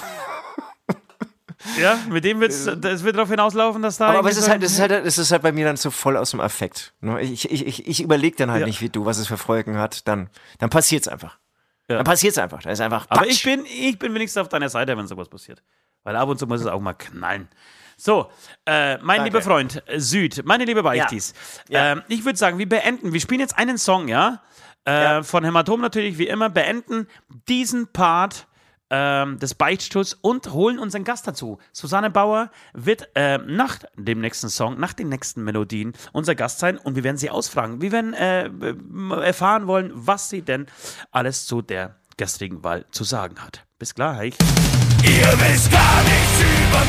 Ja, mit dem wird darauf hinauslaufen, dass da... Aber es ist halt bei mir dann so voll aus dem Affekt. Ich überlege dann halt nicht wie du, was es für Folgen hat. Dann passiert es einfach. Ja. Dann passiert es einfach. Da ist einfach Patsch. Aber ich bin wenigstens auf deiner Seite, wenn sowas passiert. Weil ab und zu muss es auch mal knallen. So, mein lieber Freund Süd, meine liebe Beichtis, ich würde sagen, wir spielen jetzt einen Song, ja? Von Hämatom natürlich, wie immer, beenden diesen Part des Beichtstuhls und holen unseren Gast dazu. Susanne Bauer wird nach dem nächsten Song, nach den nächsten Melodien unser Gast sein und wir werden sie ausfragen. Wir werden erfahren wollen, was sie denn alles zu der gestrigen Wahl zu sagen hat. Bis gleich. Ihr wisst gar nichts über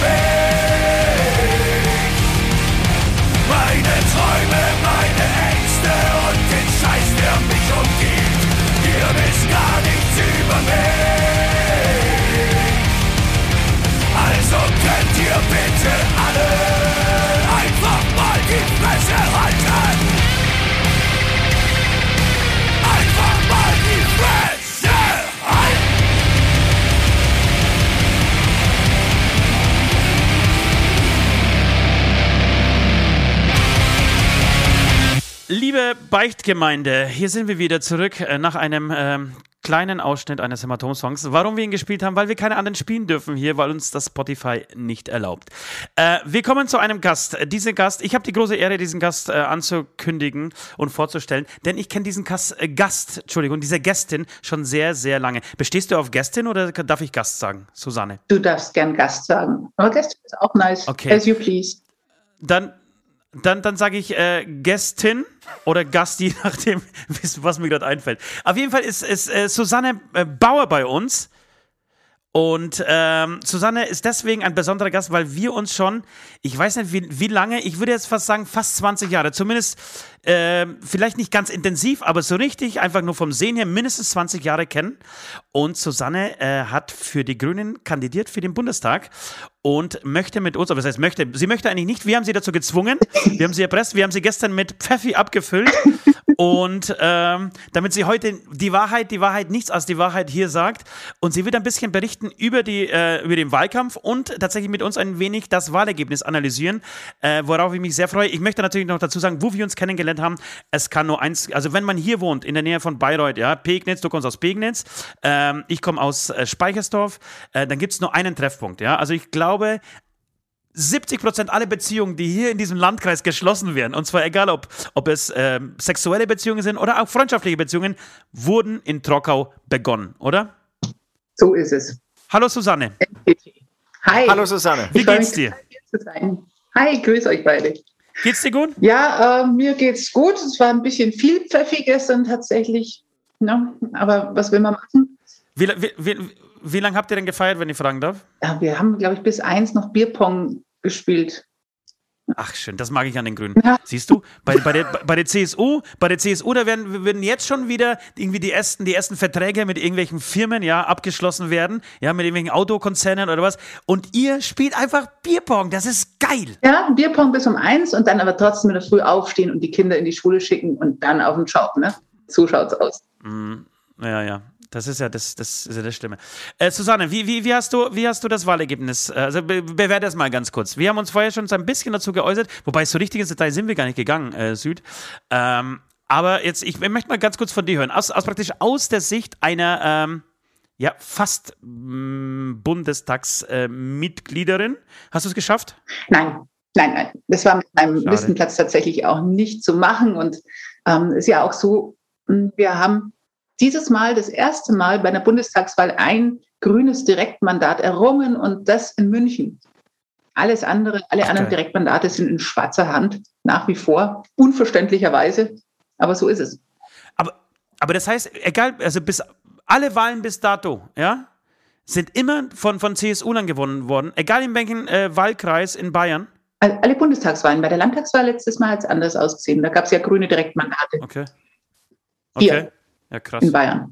mich. Meine Träume, meine Ängste und den Scheiß, der mich umgibt. Ihr wisst gar nichts über mich. Also könnt ihr bitte alle einfach mal die Fresse halten. Einfach mal die Fresse halten. Liebe Beichtgemeinde, hier sind wir wieder zurück nach einem kleinen Ausschnitt eines Hämatom-Songs. Warum wir ihn gespielt haben? Weil wir keine anderen spielen dürfen hier, weil uns das Spotify nicht erlaubt. Wir kommen zu einem Gast. Dieser Gast, ich habe die große Ehre, diesen Gast anzukündigen und vorzustellen, denn ich kenne diesen diese Gästin schon sehr, sehr lange. Bestehst du auf Gästin oder darf ich Gast sagen, Susanne? Du darfst gern Gast sagen. Aber Gästin ist auch nice. Okay. As you please. Dann sage ich Gästin oder Gast, je nachdem, was mir gerade einfällt. Auf jeden Fall ist Susanne Bauer bei uns. Und Susanne ist deswegen ein besonderer Gast, weil wir uns schon, ich weiß nicht wie lange, ich würde jetzt fast sagen fast 20 Jahre, zumindest vielleicht nicht ganz intensiv, aber so richtig, einfach nur vom Sehen her mindestens 20 Jahre kennen. Und Susanne hat für die Grünen kandidiert für den Bundestag und möchte mit uns, aber was heißt möchte, sie möchte eigentlich nicht, wir haben sie dazu gezwungen, wir haben sie erpresst, wir haben sie gestern mit Pfeffi abgefüllt Und damit sie heute die Wahrheit, nichts als die Wahrheit hier sagt. Und sie wird ein bisschen berichten über den Wahlkampf und tatsächlich mit uns ein wenig das Wahlergebnis analysieren, worauf ich mich sehr freue. Ich möchte natürlich noch dazu sagen, wo wir uns kennengelernt haben. Es kann nur eins, also wenn man hier wohnt, in der Nähe von Bayreuth, ja, Pegnitz, du kommst aus Pegnitz, ich komme aus Speichersdorf, dann gibt es nur einen Treffpunkt. Ja? Also ich glaube, 70% aller Beziehungen, die hier in diesem Landkreis geschlossen werden, und zwar egal, ob es sexuelle Beziehungen sind oder auch freundschaftliche Beziehungen, wurden in Trockau begonnen, oder? So ist es. Hallo Susanne. Hi. Hallo Susanne. Wie geht's dir? Hi, grüß euch beide. Geht's dir gut? Ja, mir geht's gut. Es war ein bisschen viel Pfeffi gestern tatsächlich. Ne? Aber was will man machen? Wie lange habt ihr denn gefeiert, wenn ich fragen darf? Ja, wir haben, glaube ich, bis 1 noch Bierpong gespielt. Ach schön, das mag ich an den Grünen. Ja. Siehst du, bei der CSU, da werden jetzt schon wieder irgendwie die ersten Verträge mit irgendwelchen Firmen, ja, abgeschlossen werden, ja, mit irgendwelchen Autokonzernen oder was. Und ihr spielt einfach Bierpong, das ist geil. Ja, Bierpong bis um 1 und dann aber trotzdem wieder früh aufstehen und die Kinder in die Schule schicken und dann auf den Job, ne? So schaut's aus. Ja. Das ist ja das Schlimme. Susanne, wie hast du das Wahlergebnis? Also bewerte das mal ganz kurz. Wir haben uns vorher schon so ein bisschen dazu geäußert, wobei so richtig ins Detail sind wir gar nicht gegangen, Süd. Aber jetzt, ich möchte mal ganz kurz von dir hören. Aus der Sicht einer fast Bundestagsmitgliederin. Hast du es geschafft? Nein. Das war mit meinem Listenplatz tatsächlich auch nicht zu machen. Und ist ja auch so, wir haben dieses Mal das erste Mal bei einer Bundestagswahl ein grünes Direktmandat errungen und das in München. Alle anderen Direktmandate sind in schwarzer Hand, nach wie vor, unverständlicherweise, aber so ist es. Aber das heißt, egal, also alle Wahlen bis dato, ja, sind immer von CSU-Lern gewonnen worden, egal in welchem Wahlkreis in Bayern? Alle Bundestagswahlen. Bei der Landtagswahl letztes Mal hat es anders ausgesehen. Da gab es ja grüne Direktmandate. Okay. Hier. Ja, krass. In Bayern.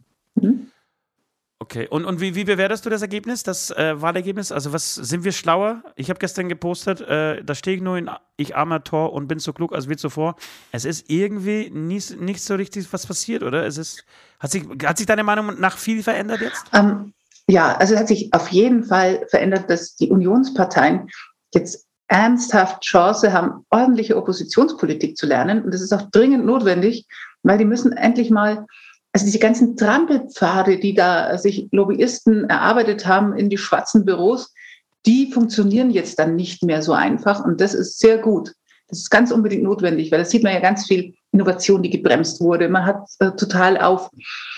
Okay, und wie bewertest du das Ergebnis, das Wahlergebnis? Also was sind wir schlauer? Ich habe gestern gepostet, da stehe ich nur in Ich armer Tor und bin so klug als wie zuvor. Es ist irgendwie nicht so richtig was passiert, oder? Hat sich deine Meinung nach viel verändert jetzt? Ja, also es hat sich auf jeden Fall verändert, dass die Unionsparteien jetzt ernsthaft Chance haben, ordentliche Oppositionspolitik zu lernen. Und das ist auch dringend notwendig, weil die müssen endlich mal, also diese ganzen Trampelpfade, die da sich Lobbyisten erarbeitet haben in die schwarzen Büros, die funktionieren jetzt dann nicht mehr so einfach. Und das ist sehr gut. Das ist ganz unbedingt notwendig, weil da sieht man ja ganz viel Innovation, die gebremst wurde. Man hat total auf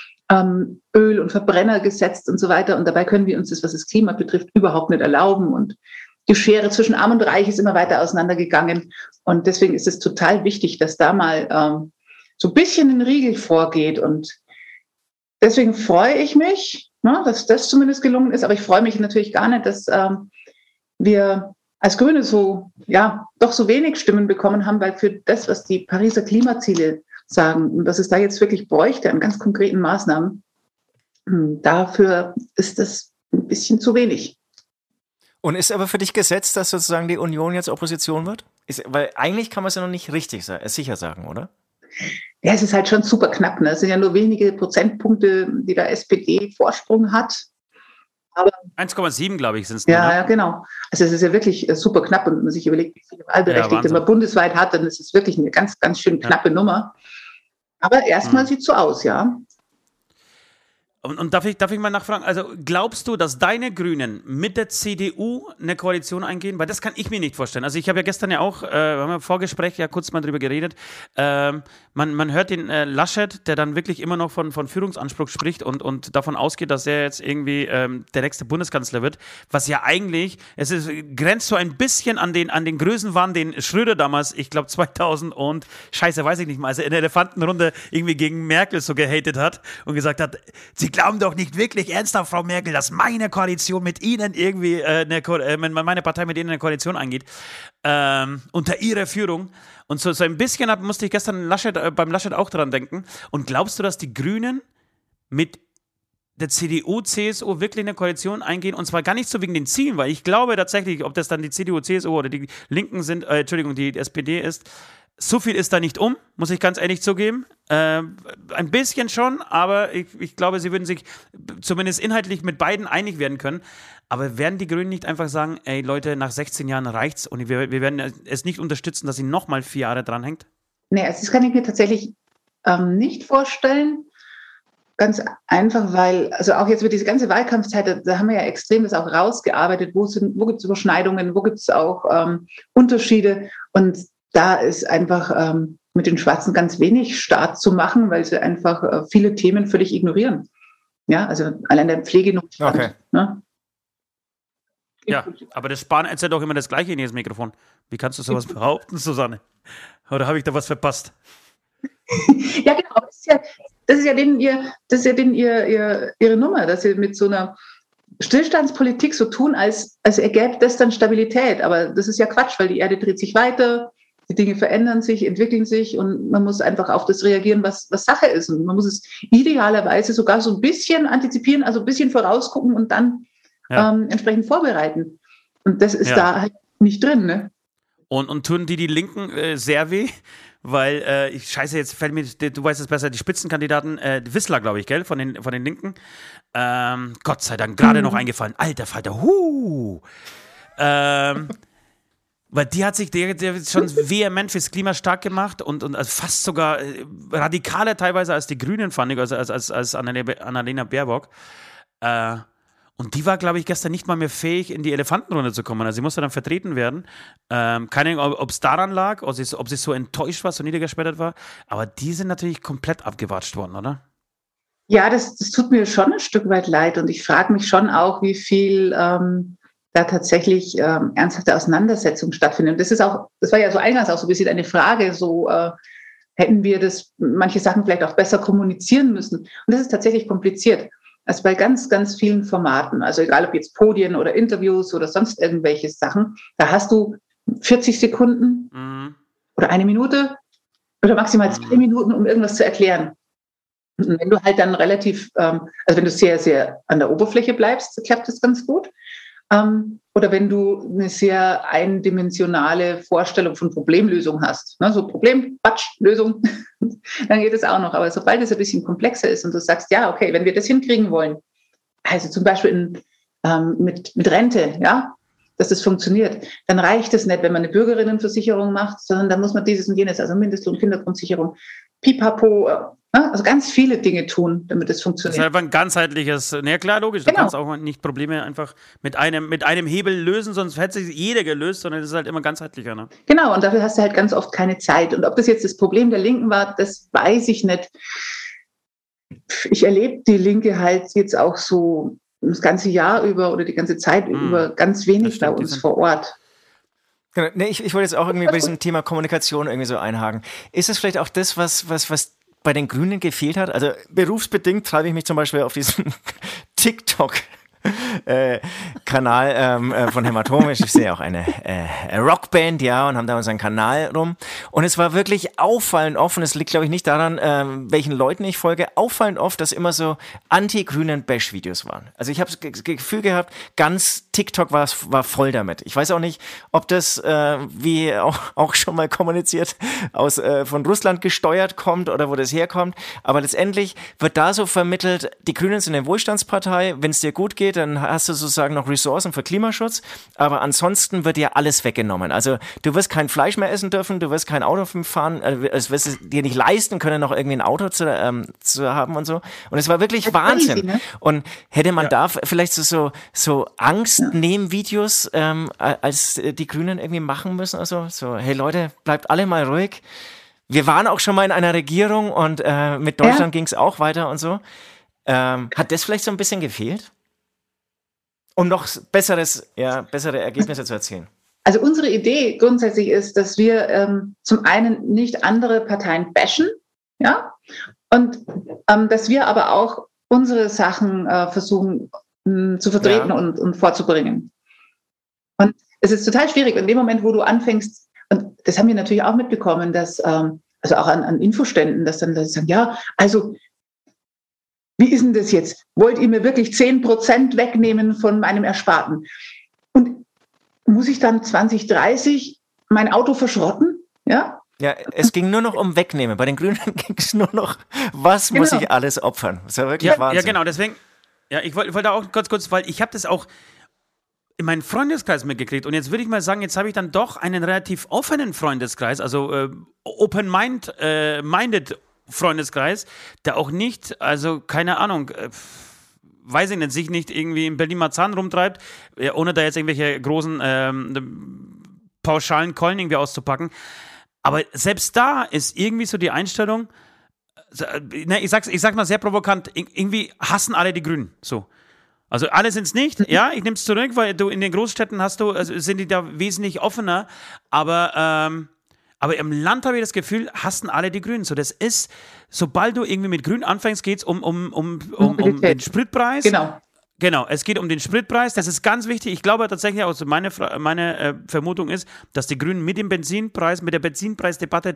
Öl und Verbrenner gesetzt und so weiter. Und dabei können wir uns das, was das Klima betrifft, überhaupt nicht erlauben. Und die Schere zwischen Arm und Reich ist immer weiter auseinandergegangen. Und deswegen ist es total wichtig, dass da mal so ein bisschen ein Riegel vorgeht. Und deswegen freue ich mich, dass das zumindest gelungen ist. Aber ich freue mich natürlich gar nicht, dass wir als Grüne doch so wenig Stimmen bekommen haben, weil für das, was die Pariser Klimaziele sagen und was es da jetzt wirklich bräuchte an ganz konkreten Maßnahmen, dafür ist das ein bisschen zu wenig. Und ist aber für dich gesetzt, dass sozusagen die Union jetzt Opposition wird? Weil eigentlich kann man es ja noch nicht richtig sicher sagen, oder? Ja, es ist halt schon super knapp. Ne? Es sind ja nur wenige Prozentpunkte, die der SPD Vorsprung hat. 1,7, glaube ich, sind es. Ja, genau. Also es ist ja wirklich super knapp. Und wenn man sich überlegt, wie viele Wahlberechtigte man bundesweit hat, dann ist es wirklich eine ganz, ganz schön knappe Nummer. Aber erstmal sieht es so aus, ja. Und darf ich mal nachfragen, also glaubst du, dass deine Grünen mit der CDU eine Koalition eingehen? Weil das kann ich mir nicht vorstellen. Also ich habe ja gestern ja auch, haben wir im Vorgespräch ja kurz mal drüber geredet, man hört den Laschet, der dann wirklich immer noch von Führungsanspruch spricht und davon ausgeht, dass er jetzt irgendwie der nächste Bundeskanzler wird, was ja eigentlich, grenzt so ein bisschen an den Größenwahn, den Schröder damals, ich glaube 2000 und weiß ich nicht mal, also in der Elefantenrunde irgendwie gegen Merkel so gehatet hat und gesagt hat, Sie glauben doch nicht wirklich ernsthaft, Frau Merkel, dass meine Koalition mit Ihnen irgendwie, meine Partei mit Ihnen eine Koalition eingeht, unter Ihrer Führung. Und so ein bisschen musste ich gestern beim Laschet auch dran denken. Und glaubst du, dass die Grünen mit der CDU, CSU wirklich eine Koalition eingehen? Und zwar gar nicht so wegen den Zielen, weil ich glaube tatsächlich, ob das dann die CDU, CSU oder die Linken sind, die SPD ist, So viel ist da nicht muss ich ganz ehrlich zugeben. Ein bisschen schon, aber ich glaube, sie würden sich zumindest inhaltlich mit beiden einig werden können. Aber werden die Grünen nicht einfach sagen, ey Leute, nach 16 Jahren reicht's und wir werden es nicht unterstützen, dass sie nochmal 4 Jahre dranhängt? Nee, also das kann ich mir tatsächlich nicht vorstellen. Ganz einfach, weil, also auch jetzt über diese ganze Wahlkampfzeit, da haben wir ja extrem das auch rausgearbeitet, wo gibt es Überschneidungen, wo gibt es auch Unterschiede, und da ist einfach mit den Schwarzen ganz wenig Staat zu machen, weil sie einfach viele Themen völlig ignorieren. Ja, also allein der Pflegenotstand. Okay. Ne? Ja, aber das Spahn erzählt doch immer das Gleiche in jedes Mikrofon. Wie kannst du sowas behaupten, Susanne? Oder habe ich da was verpasst? Ja, genau. Das ist ja ihre Nummer, dass sie mit so einer Stillstandspolitik so tun, als ergäbe das dann Stabilität. Aber das ist ja Quatsch, weil die Erde dreht sich weiter, die Dinge verändern sich, entwickeln sich, und man muss einfach auf das reagieren, was Sache ist. Und man muss es idealerweise sogar so ein bisschen antizipieren, also ein bisschen vorausgucken und dann entsprechend vorbereiten. Und das ist da halt nicht drin, ne? Und tun die Linken sehr weh? Weil, jetzt fällt mir, du weißt es besser, die Spitzenkandidaten, Wissler, glaube ich, gell, von den Linken. Gott sei Dank, gerade noch eingefallen. Alter Falter, weil die hat sich der schon vehement fürs Klima stark gemacht und also fast sogar radikaler teilweise als die Grünen, fand ich, also als Annalena Baerbock. Und die war, glaube ich, gestern nicht mal mehr fähig, in die Elefantenrunde zu kommen. Also sie musste dann vertreten werden. Keine Ahnung, ob es daran lag, ob sie so enttäuscht war, so niedergeschmettert war. Aber die sind natürlich komplett abgewatscht worden, oder? Ja, das tut mir schon ein Stück weit leid. Und ich frage mich schon auch, wie viel da tatsächlich ernsthafte Auseinandersetzung stattfindet. Und das war ja so eingangs auch so ein bisschen eine Frage, so hätten wir manche Sachen vielleicht auch besser kommunizieren müssen. Und das ist tatsächlich kompliziert. Also bei ganz, ganz vielen Formaten, also egal ob jetzt Podien oder Interviews oder sonst irgendwelche Sachen, da hast du 40 Sekunden oder 1 Minute oder maximal 2 Minuten, um irgendwas zu erklären. Und wenn du halt dann relativ, also wenn du sehr, sehr an der Oberfläche bleibst, klappt das ganz gut. Oder wenn du eine sehr eindimensionale Vorstellung von Problemlösung hast, ne, so Problem, Quatsch, Lösung, dann geht es auch noch. Aber sobald es ein bisschen komplexer ist und du sagst, ja, okay, wenn wir das hinkriegen wollen, also zum Beispiel mit Rente, ja, dass das funktioniert, dann reicht es nicht, wenn man eine Bürgerinnenversicherung macht, sondern dann muss man dieses und jenes, also Mindestlohn, Kindergrundsicherung, Pipapo, also ganz viele Dinge tun, damit es funktioniert. Das ist einfach ein ganzheitliches, na klar, logisch, du kannst auch nicht Probleme einfach mit einem Hebel lösen, sonst hätte sich jeder gelöst, sondern es ist halt immer ganzheitlicher. Ne? Genau, und dafür hast du halt ganz oft keine Zeit. Und ob das jetzt das Problem der Linken war, das weiß ich nicht. Ich erlebe die Linke halt jetzt auch so das ganze Jahr über oder die ganze Zeit über ganz wenig bei uns vor Ort. Genau. Nee, ich wollte jetzt auch irgendwie bei diesem Thema Kommunikation irgendwie so einhaken. Ist es vielleicht auch das, was bei den Grünen gefehlt hat? Also berufsbedingt treibe ich mich zum Beispiel auf diesen TikTok Kanal von Hämatomisch. Ich sehe auch eine Rockband, ja, und haben da unseren Kanal rum. Und es war wirklich auffallend oft, und es liegt, glaube ich, nicht daran, welchen Leuten ich folge, auffallend oft, dass immer so anti-grünen Bash-Videos waren. Also ich habe das Gefühl gehabt, ganz TikTok war voll damit. Ich weiß auch nicht, ob das, wie auch schon mal kommuniziert, von Russland gesteuert kommt oder wo das herkommt. Aber letztendlich wird da so vermittelt, die Grünen sind eine Wohlstandspartei, wenn es dir gut geht, dann hast du sozusagen noch Ressourcen für Klimaschutz, aber ansonsten wird dir alles weggenommen. Also du wirst kein Fleisch mehr essen dürfen, du wirst kein Auto fahren, es wirst es dir nicht leisten können, noch irgendwie ein Auto zu haben und so. Und es war wirklich Wahnsinn. Crazy, ne? Und hätte man da vielleicht so Angstnehmen-Videos als die Grünen irgendwie machen müssen, also so, hey Leute, bleibt alle mal ruhig. Wir waren auch schon mal in einer Regierung und mit Deutschland ging es auch weiter und so. Hat das vielleicht so ein bisschen gefehlt? Um noch bessere Ergebnisse zu erzielen. Also unsere Idee grundsätzlich ist, dass wir zum einen nicht andere Parteien bashen, ja, und dass wir aber auch unsere Sachen versuchen zu vertreten und vorzubringen. Und es ist total schwierig. In dem Moment, wo du anfängst, und das haben wir natürlich auch mitbekommen, dass, also auch an Infoständen, dass dann Leute sagen, ja, also wie ist denn das jetzt? Wollt ihr mir wirklich 10% wegnehmen von meinem Ersparten? Und muss ich dann 2030 mein Auto verschrotten? Ja? Ja, es ging nur noch um Wegnehmen. Bei den Grünen ging es nur noch, was muss ich alles opfern? Das ist ja wirklich Wahnsinn. Ja, genau, deswegen, ich wollte da auch ganz kurz, weil ich habe das auch in meinen Freundeskreis mitgekriegt und jetzt würde ich mal sagen, jetzt habe ich dann doch einen relativ offenen Freundeskreis, also open-minded Freundeskreis, der auch nicht, also keine Ahnung, weiß ich nicht, sich nicht irgendwie in Berlin-Marzahn rumtreibt, ohne da jetzt irgendwelche großen pauschalen Keulen irgendwie auszupacken. Aber selbst da ist irgendwie so die Einstellung, ich sag's mal sehr provokant, irgendwie hassen alle die Grünen, so. Also alle sind es nicht, ja, ich nehme es zurück, weil du in den Großstädten sind die da wesentlich offener, aber im Land habe ich das Gefühl, hassen alle die Grünen. So, das ist, sobald du irgendwie mit Grün anfängst, geht es um den Spritpreis. Genau, es geht um den Spritpreis, das ist ganz wichtig. Ich glaube tatsächlich, also meine Vermutung ist, dass die Grünen mit der Benzinpreisdebatte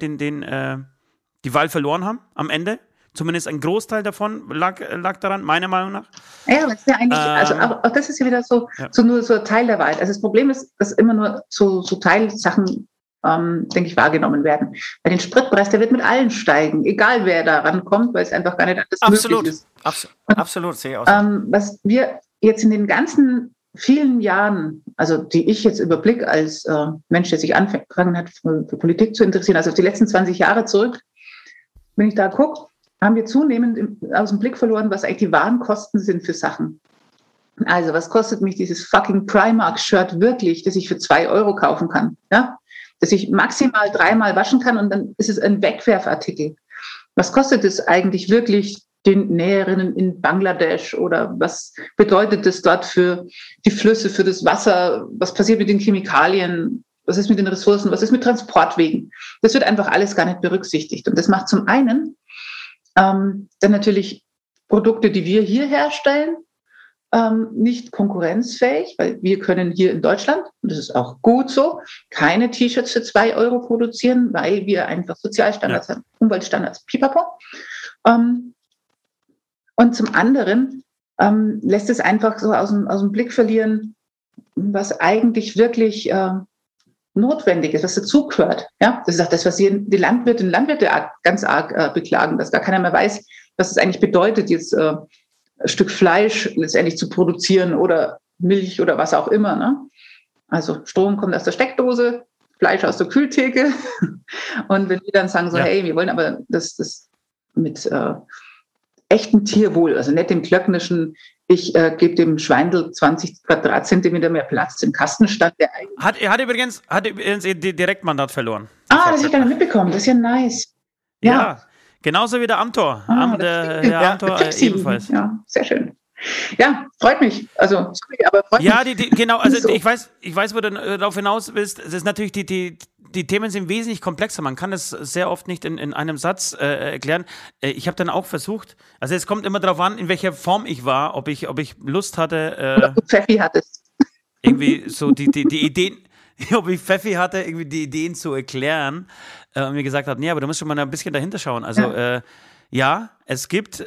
die Wahl verloren haben am Ende. Zumindest ein Großteil davon lag daran, meiner Meinung nach. Ja, das ist ja eigentlich, also auch das ist ja wieder so nur so ein Teil der Wahrheit. Also das Problem ist, dass immer nur so Teilsachen, denke ich, wahrgenommen werden. Bei den Spritpreis, der wird mit allen steigen, egal wer da rankommt, weil es einfach gar nicht anders möglich ist. Absolut, sehe ich auch. Was wir jetzt in den ganzen vielen Jahren, also die ich jetzt überblicke als Mensch, der sich angefangen hat, für Politik zu interessieren, also auf die letzten 20 Jahre zurück, wenn ich da gucke, haben wir zunehmend aus dem Blick verloren, was eigentlich die wahren Kosten sind für Sachen. Also, was kostet mich dieses fucking Primark-Shirt wirklich, das ich für 2 Euro kaufen kann? Ja? Das ich maximal 3-mal waschen kann und dann ist es ein Wegwerfartikel. Was kostet es eigentlich wirklich den Näherinnen in Bangladesch oder was bedeutet das dort für die Flüsse, für das Wasser? Was passiert mit den Chemikalien? Was ist mit den Ressourcen? Was ist mit Transportwegen? Das wird einfach alles gar nicht berücksichtigt. Und das macht zum einen dann natürlich Produkte, die wir hier herstellen, nicht konkurrenzfähig, weil wir können hier in Deutschland, und das ist auch gut so, keine T-Shirts für 2 Euro produzieren, weil wir einfach Sozialstandards haben, Umweltstandards, pipapo. Und zum anderen lässt es einfach so aus dem Blick verlieren, was eigentlich wirklich notwendig ist, was dazugehört. Ja? Das ist auch das, was hier die Landwirte und Landwirte ganz arg beklagen, dass gar keiner mehr weiß, was es eigentlich bedeutet, jetzt ein Stück Fleisch letztendlich zu produzieren oder Milch oder was auch immer. Ne? Also Strom kommt aus der Steckdose, Fleisch aus der Kühltheke. Und wenn wir dann sagen so, hey, wir wollen aber das mit echtem Tierwohl, also nicht dem klöcknischen, ich gebe dem Schweindel 20 Quadratzentimeter mehr Platz im Kastenstand. Der hat übrigens ihr Direktmandat verloren. Das habe ich gar nicht mitbekommen. Das ist ja nice. Ja, genauso wie der Amtor. Der Amtor ebenfalls. Ja, sehr schön. Ja, freut mich. Also, sorry, aber freut mich. Ja, genau. Also so. Ich weiß, wo du darauf hinaus willst. Es ist natürlich die Themen sind wesentlich komplexer. Man kann das sehr oft nicht in einem Satz erklären. Ich habe dann auch versucht, also es kommt immer darauf an, in welcher Form ich war, ob ich Lust hatte. Oder ob du Pfeffi hattest. Irgendwie so die Ideen, ob ich Pfeffi hatte, irgendwie die Ideen zu erklären. Und mir gesagt habe, nee, aber du musst schon mal ein bisschen dahinter schauen. Also es gibt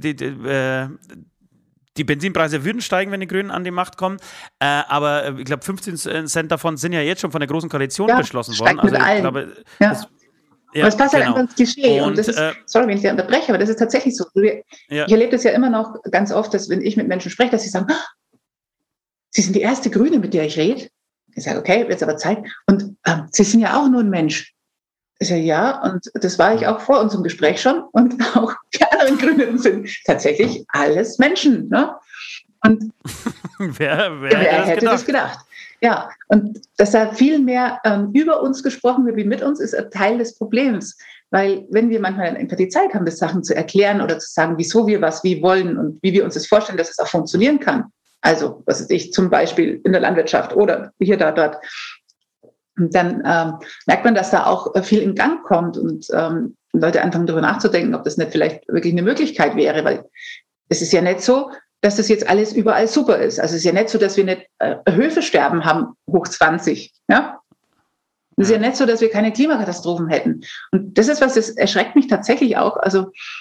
die Benzinpreise würden steigen, wenn die Grünen an die Macht kommen. Aber ich glaube, 15 Cent davon sind ja jetzt schon von der Großen Koalition beschlossen worden. Also ich glaube, aber es passt halt einfach ins Klischee. Und das ist, sorry, wenn ich dir unterbreche, aber das ist tatsächlich so. Ich erlebe das ja immer noch ganz oft, dass wenn ich mit Menschen spreche, dass sie sagen, Sie sind die erste Grüne, mit der ich rede. Ich sage, okay, jetzt aber Zeit. Und Sie sind ja auch nur ein Mensch. Ich sage, ja, und das war ich auch vor unserem Gespräch schon. Und auch die anderen Grünen sind tatsächlich alles Menschen. Ne? Und wer hätte das gedacht? Ja, und dass da viel mehr über uns gesprochen wird wie mit uns, ist ein Teil des Problems. Weil wenn wir manchmal einfach die Zeit haben, das Sachen zu erklären oder zu sagen, wieso wir was wie wollen und wie wir uns das vorstellen, dass es auch funktionieren kann. Also, was weiß ich, zum Beispiel in der Landwirtschaft oder hier, da, dort. Und dann merkt man, dass da auch viel in Gang kommt und Leute anfangen darüber nachzudenken, ob das nicht vielleicht wirklich eine Möglichkeit wäre, weil es ist ja nicht so, dass das jetzt alles überall super ist. Also es ist ja nicht so, dass wir nicht Höfesterben haben, hoch 20. Ja? Es ist ja nicht so, dass wir keine Klimakatastrophen hätten. Und das ist was, das erschreckt mich tatsächlich auch. Also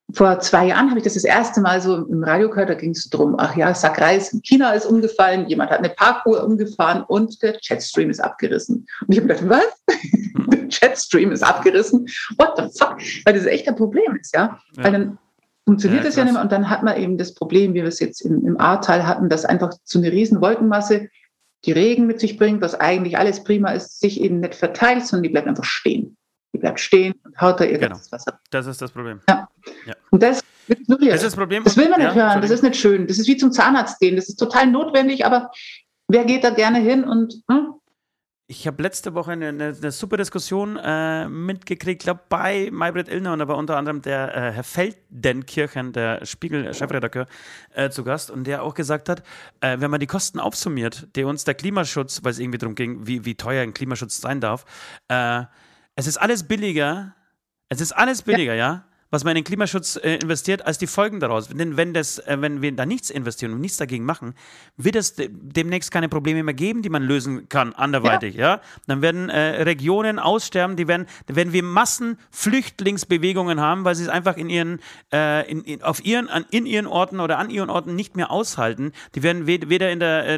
vor 2 Jahren habe ich das erste Mal so im Radio gehört, da ging es drum, ach ja, Sack Reis in China ist umgefallen, jemand hat eine Parkuhr umgefahren und der Jetstream ist abgerissen. Und ich habe gedacht, was? Der Jetstream ist abgerissen? What the fuck? Weil das echt ein Problem ist, ja. Weil dann funktioniert das ja nicht mehr und dann hat man eben das Problem, wie wir es jetzt im Ahrtal hatten, dass einfach so eine riesen Wolkenmasse die Regen mit sich bringt, was eigentlich alles prima ist, sich eben nicht verteilt, sondern die bleibt einfach stehen. Die bleibt stehen und haut da ihr ganzes Wasser. Das ist das Problem. Ja. Und das wird ignoriert. Das ist das Problem. Das will man nicht hören, das ist nicht schön. Das ist wie zum Zahnarzt gehen, das ist total notwendig, aber wer geht da gerne hin und... Ich habe letzte Woche eine super Diskussion mitgekriegt, glaube bei Maybrit Illner und da war unter anderem der Herr Feldenkirchen, der Spiegel-Chefredakteur, zu Gast und der auch gesagt hat, wenn man die Kosten aufsummiert, die uns der Klimaschutz, weil es irgendwie darum ging, wie teuer ein Klimaschutz sein darf, es ist alles billiger, ja, was man in den Klimaschutz investiert, als die Folgen daraus. Denn wenn wir da nichts investieren und nichts dagegen machen, wird es demnächst keine Probleme mehr geben, die man lösen kann, anderweitig. Ja. Dann werden Regionen aussterben, dann werden wir Massenflüchtlingsbewegungen haben, weil sie es einfach in ihren Orten oder an ihren Orten nicht mehr aushalten. Die werden weder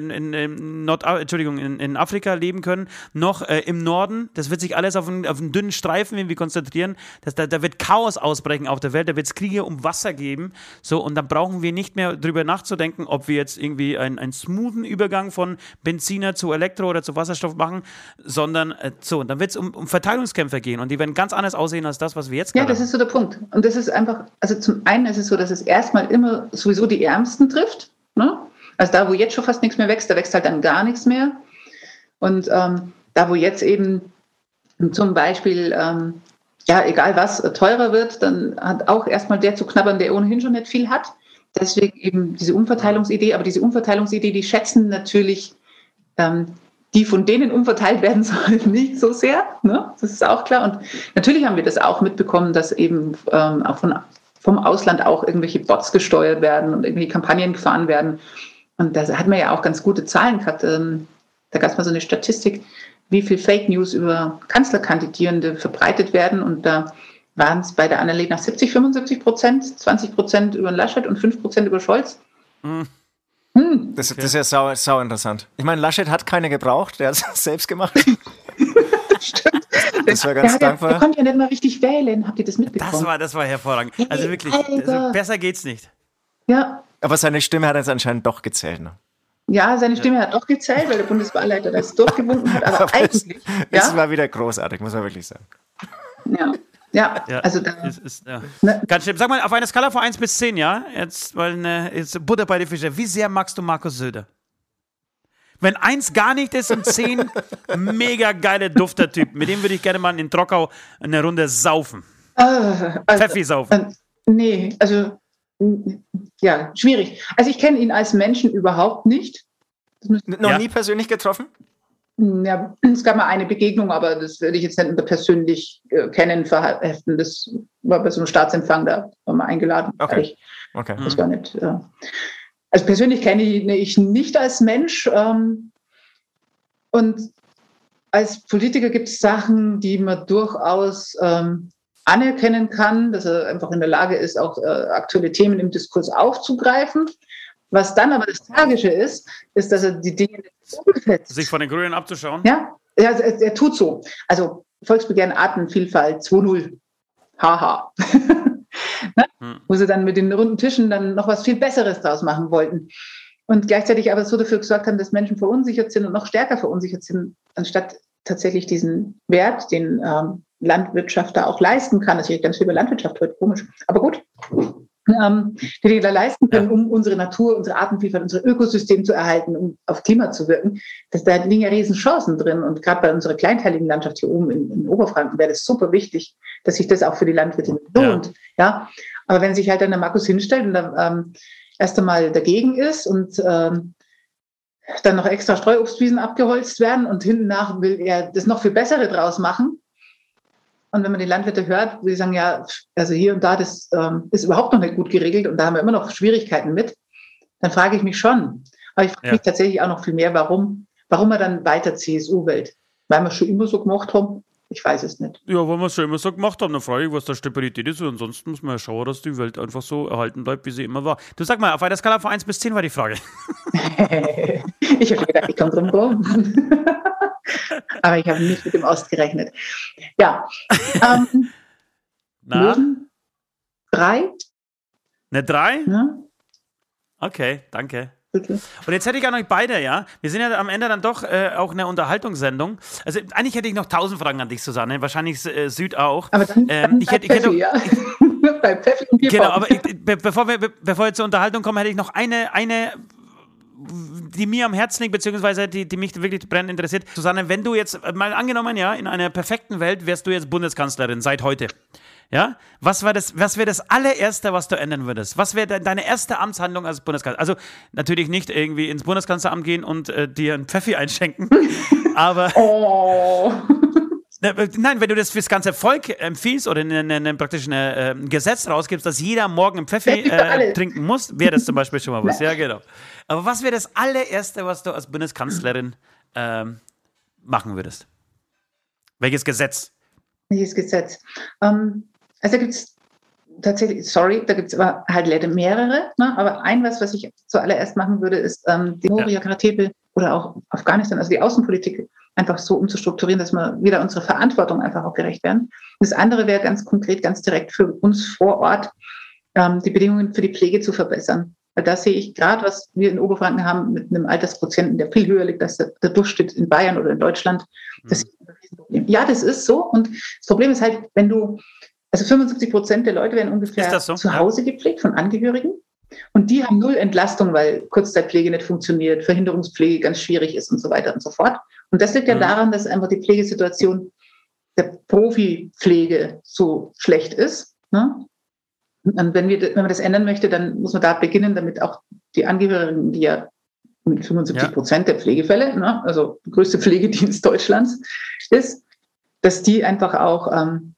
in Afrika leben können, noch im Norden. Das wird sich alles auf einen dünnen Streifen irgendwie konzentrieren. Da wird Chaos ausbrechen auf der Welt, da wird es Kriege um Wasser geben, so, und dann brauchen wir nicht mehr drüber nachzudenken, ob wir jetzt irgendwie einen smoothen Übergang von Benziner zu Elektro oder zu Wasserstoff machen, sondern dann wird es um Verteilungskämpfe gehen und die werden ganz anders aussehen als das, was wir jetzt gerade haben. Ja, das ist so der Punkt. Und das ist einfach, also zum einen ist es so, dass es erstmal immer sowieso die Ärmsten trifft, ne? Also da, wo jetzt schon fast nichts mehr wächst, da wächst halt dann gar nichts mehr. Und da, wo jetzt eben zum Beispiel egal was, teurer wird, dann hat auch erstmal der zu knabbern, der ohnehin schon nicht viel hat. Deswegen eben diese Umverteilungsidee. Aber diese Umverteilungsidee, die schätzen natürlich die von denen umverteilt werden sollen, nicht so sehr. Ne? Das ist auch klar. Und natürlich haben wir das auch mitbekommen, dass eben auch vom Ausland auch irgendwelche Bots gesteuert werden und irgendwelche Kampagnen gefahren werden. Und da hat man ja auch ganz gute Zahlen gehabt. Da gab es mal so eine Statistik, wie viel Fake News über Kanzlerkandidierende verbreitet werden. Und da waren es bei der Annalena 75%, 20% über den Laschet und 5% über Scholz. Das ist ja sau interessant. Ich meine, Laschet hat keine gebraucht, der hat es selbst gemacht. Stimmt. Das war ganz dankbar. Der konnte ja nicht mal richtig wählen. Habt ihr das mitbekommen? Das war hervorragend. Also wirklich, besser geht's nicht. Ja. Aber seine Stimme hat jetzt anscheinend doch gezählt. Ne? Ja, seine Stimme hat doch gezählt, weil der Bundeswahlleiter das durchgewunken hat. Aber eigentlich. Das war wieder großartig, muss man wirklich sagen. Ja, also da. Ganz schön. Sag mal, auf einer Skala von 1 bis 10, ja? Jetzt Butter bei den Fische. Wie sehr magst du Markus Söder? Wenn 1 gar nicht ist und 10 mega geile Dufter-Typ. Mit dem würde ich gerne mal in Trockau eine Runde saufen. Pfeffi saufen. Nee, also. Ja, schwierig. Also ich kenne ihn als Menschen überhaupt nicht. Noch nie persönlich getroffen? Ja, es gab mal eine Begegnung, aber das würde ich jetzt nicht unter persönlich kennen verheften. Das war bei so einem Staatsempfang, da war man eingeladen. Okay. Das war nicht. Also persönlich kenne ich nicht als Mensch. Und als Politiker gibt es Sachen, die man durchaus anerkennen kann, dass er einfach in der Lage ist, auch aktuelle Themen im Diskurs aufzugreifen. Was dann aber das Tragische ist, dass er die Dinge nicht umsetzt. Sich von den Grünen abzuschauen? Ja, er tut so. Also Volksbegehren Artenvielfalt 2.0. Haha. Ne? Wo sie dann mit den runden Tischen dann noch was viel Besseres draus machen wollten. Und gleichzeitig aber so dafür gesorgt haben, dass Menschen verunsichert sind und noch stärker verunsichert sind, anstatt tatsächlich diesen Wert, den Landwirtschaft da auch leisten kann. Das ist ganz viel über Landwirtschaft heute, komisch. Aber gut. Die da leisten können, um unsere Natur, unsere Artenvielfalt, unser Ökosystem zu erhalten, um auf Klima zu wirken. Da liegen ja riesen Chancen drin. Und gerade bei unserer kleinteiligen Landschaft hier oben in Oberfranken wäre das super wichtig, dass sich das auch für die Landwirte lohnt. Ja. Aber wenn sich halt dann der Markus hinstellt und dann erst einmal dagegen ist und dann noch extra Streuobstwiesen abgeholzt werden und hinten nach will er das noch viel Bessere draus machen. Und wenn man die Landwirte hört, wo sie sagen, ja, also hier und da, das ist überhaupt noch nicht gut geregelt und da haben wir immer noch Schwierigkeiten mit, dann frage ich mich schon. Aber ich frage mich tatsächlich auch noch viel mehr, warum wir dann weiter CSU wählt. Weil wir schon immer so gemacht haben. Ich weiß es nicht. Ja, weil wir es schon immer so gemacht haben, dann frage ich, was da Stabilität ist. Und ansonsten muss man ja schauen, dass die Welt einfach so erhalten bleibt, wie sie immer war. Du sag mal, auf einer Skala von 1 bis 10 war die Frage. Ich habe gedacht, ich komme drum rum. Aber ich habe nicht mit dem Ost gerechnet. Ja. Löwen? 3? Eine 3? Ja. Okay, danke. Bitte. Und jetzt hätte ich auch noch beide, ja. Wir sind ja am Ende dann doch auch eine Unterhaltungssendung. Also eigentlich hätte ich noch 1000 Fragen an dich, Susanne. Wahrscheinlich Süd auch. Aber dann ich hätte ja. Bei Pfeffi und Bierpong. Genau, aber bevor wir zur Unterhaltung kommen, hätte ich noch eine, die mir am Herzen liegt, beziehungsweise die mich wirklich brennend interessiert. Susanne, wenn du jetzt, mal angenommen, ja, in einer perfekten Welt wärst du jetzt Bundeskanzlerin seit heute. Ja? Was wäre das allererste, was du ändern würdest? Was wäre deine erste Amtshandlung als Bundeskanzler? Also natürlich nicht irgendwie ins Bundeskanzleramt gehen und dir einen Pfeffi einschenken, aber... Oh. Nein, wenn du das fürs ganze Volk empfiehlst oder praktisch ein Gesetz rausgibst, dass jeder morgen einen Pfeffi trinken muss, wäre das zum Beispiel schon mal was. Ja, genau. Aber was wäre das allererste, was du als Bundeskanzlerin machen würdest? Welches Gesetz? Welches Gesetz? Also da gibt es tatsächlich, da gibt es aber halt leider mehrere, ne? Aber was ich zuallererst machen würde, ist die Moria Karatepe oder auch Afghanistan, also die Außenpolitik einfach so umzustrukturieren, dass wir wieder unserer Verantwortung einfach auch gerecht werden. Das andere wäre ganz konkret, ganz direkt für uns vor Ort, die Bedingungen für die Pflege zu verbessern. Weil da sehe ich gerade, was wir in Oberfranken haben, mit einem Altersquotienten, der viel höher liegt als der Durchschnitt in Bayern oder in Deutschland. Das ist ein Riesenproblem. Ja, das ist so. Und das Problem ist halt, also 75% der Leute werden ungefähr zu Hause gepflegt von Angehörigen. Und die haben null Entlastung, weil Kurzzeitpflege nicht funktioniert, Verhinderungspflege ganz schwierig ist und so weiter und so fort. Und das liegt ja daran, dass einfach die Pflegesituation der Profipflege so schlecht ist. Ne? Und wenn man das ändern möchte, dann muss man da beginnen, damit auch die Angehörigen, die ja mit 75% der Pflegefälle, ne, also der größte Pflegedienst Deutschlands ist, dass die einfach auch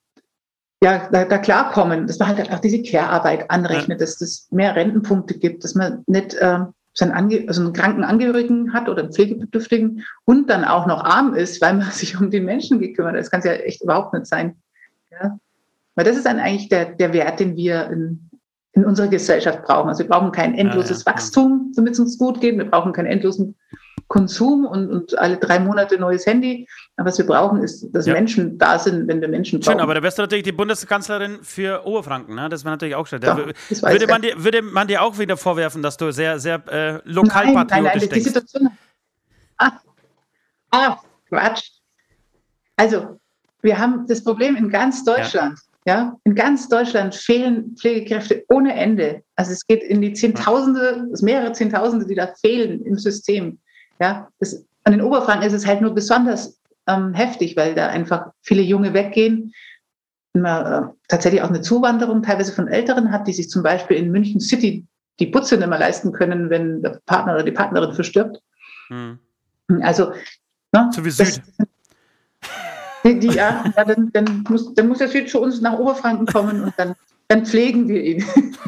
da klarkommen, dass man halt auch diese Care-Arbeit anrechnet, dass es mehr Rentenpunkte gibt, dass man nicht einen kranken Angehörigen hat oder einen Pflegebedürftigen und dann auch noch arm ist, weil man sich um den Menschen gekümmert hat. Das kann es ja echt überhaupt nicht sein. Ja? Weil das ist dann eigentlich der Wert, den wir in unserer Gesellschaft brauchen. Also wir brauchen kein endloses Wachstum, damit es uns gut geht. Wir brauchen keinen endlosen Konsum und alle 3 Monate neues Handy. Aber was wir brauchen, ist, dass Menschen da sind, wenn wir Menschen brauchen. Schön, aber da wärst du natürlich die Bundeskanzlerin für Oberfranken. Ne? Das wäre natürlich auch schön. Ja, würde man dir auch wieder vorwerfen, dass du sehr, sehr lokalpatriotisch denkst? Die Situation. Quatsch. Also, wir haben das Problem in ganz Deutschland. Ja, in ganz Deutschland fehlen Pflegekräfte ohne Ende. Also es geht in die Zehntausende, es mehrere Zehntausende, die da fehlen im System. Ja, an den Oberfranken ist es halt nur besonders heftig, weil da einfach viele Junge weggehen. Man tatsächlich auch eine Zuwanderung teilweise von Älteren hat, die sich zum Beispiel in München City die Butze nicht mehr leisten können, wenn der Partner oder die Partnerin verstirbt. Also, so wie Süd. Dann muss der Süd zu uns nach Oberfranken kommen und dann pflegen wir ihn.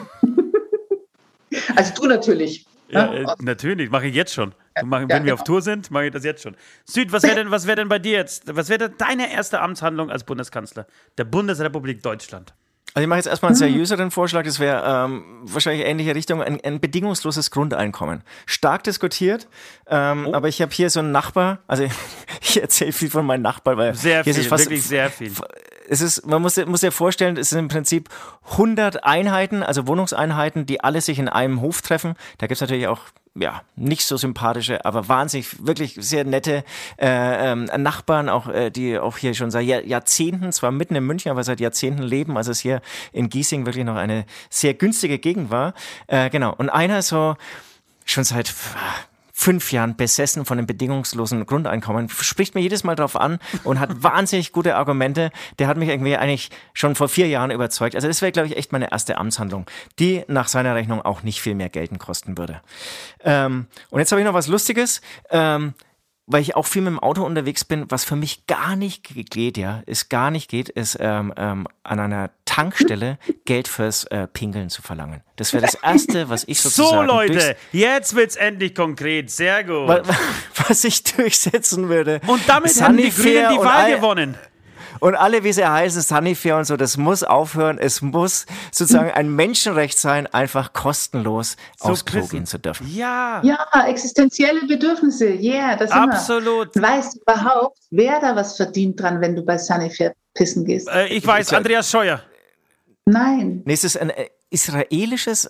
Also du natürlich. Ja, natürlich, mache ich jetzt schon. Wenn wir auf Tour sind, mache ich das jetzt schon. Süd, was wäre denn bei dir jetzt? Was wäre deine erste Amtshandlung als Bundeskanzler der Bundesrepublik Deutschland? Also ich mache jetzt erstmal einen seriöseren Vorschlag, das wäre wahrscheinlich ähnliche Richtung, ein bedingungsloses Grundeinkommen. Stark diskutiert, aber ich habe hier so einen Nachbar, also ich erzähle viel von meinem Nachbar, weil sehr viel, hier ist fast, wirklich sehr viel. Man muss sich vorstellen, es sind im Prinzip 100 Einheiten, also Wohnungseinheiten, die alle sich in einem Hof treffen. Da gibt es natürlich auch nicht so sympathische, aber wahnsinnig, wirklich sehr nette Nachbarn, die auch hier schon seit Jahrzehnten, zwar mitten in München, aber seit Jahrzehnten leben, also es hier in Giesing wirklich noch eine sehr günstige Gegend war. Genau, und einer so schon seit 5 Jahren besessen von dem bedingungslosen Grundeinkommen, spricht mir jedes Mal drauf an und hat wahnsinnig gute Argumente. Der hat mich irgendwie eigentlich schon vor 4 Jahren überzeugt. Also das wäre, glaube ich, echt meine erste Amtshandlung, die nach seiner Rechnung auch nicht viel mehr Gelden kosten würde. Und jetzt habe ich noch was Lustiges, weil ich auch viel mit dem Auto unterwegs bin, was für mich gar nicht geht, ist an einer Tankstelle Geld fürs Pinkeln zu verlangen. Das wäre das Erste, was ich sozusagen... So, Leute, jetzt wird's endlich konkret. Sehr gut. Was ich durchsetzen würde. Und damit haben die Grünen die Wahl gewonnen. Und alle, wie sie heißen, Sanifair und so, das muss aufhören. Es muss sozusagen ein Menschenrecht sein, einfach kostenlos aufs Klo gehen zu dürfen. Ja. Ja, existenzielle Bedürfnisse. Yeah, das sind absolut. wir. Weißt du überhaupt, wer da was verdient dran, wenn du bei Sanifair pissen gehst? Ich weiß, Andreas Scheuer. Nein. Nee, es ist ein israelisches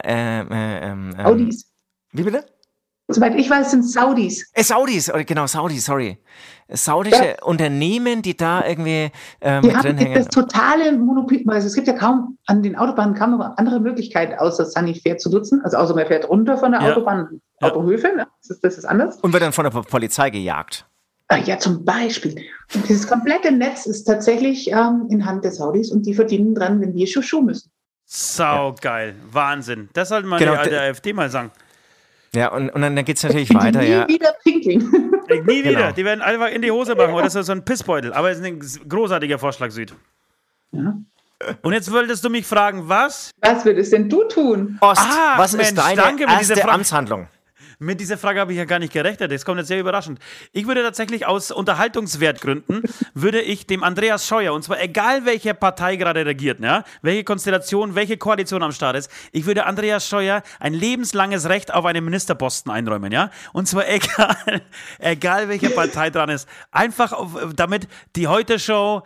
Saudis. Wie bitte? Soweit ich weiß, sind Saudis. Saudis, genau, Saudis, sorry. Saudische Unternehmen, die da irgendwie mit drin hängen. Das totale Monopol. Also es gibt ja kaum an den Autobahnen kaum noch andere Möglichkeiten, außer Sanifair zu nutzen. Also außer man fährt runter von der Autobahn, Autohöfe, ne? Das ist anders. Und wird dann von der Polizei gejagt. Ja, zum Beispiel. Und dieses komplette Netz ist tatsächlich in Hand der Saudis und die verdienen dran, wenn wir Schuh müssen. Saugeil. Wahnsinn. Das sollte man der AfD mal sagen. Ja, und dann geht es natürlich weiter. Nie wieder pinkeln. Nie wieder. Die werden einfach in die Hose machen. Oder so ein Pissbeutel. Aber es ist ein großartiger Vorschlag, Süd. Ja. Und jetzt wolltest du mich fragen, was? Was würdest denn du tun? Ost, was ist deine erste Amtshandlung? Mit dieser Frage habe ich ja gar nicht gerechnet. Das kommt jetzt sehr überraschend. Ich würde tatsächlich aus Unterhaltungswertgründen, würde ich dem Andreas Scheuer, und zwar egal welche Partei gerade regiert, ja, welche Konstellation, welche Koalition am Start ist, ich würde Andreas Scheuer ein lebenslanges Recht auf einen Ministerposten einräumen, ja. Und zwar egal welche Partei dran ist. Einfach, damit die Heute-Show,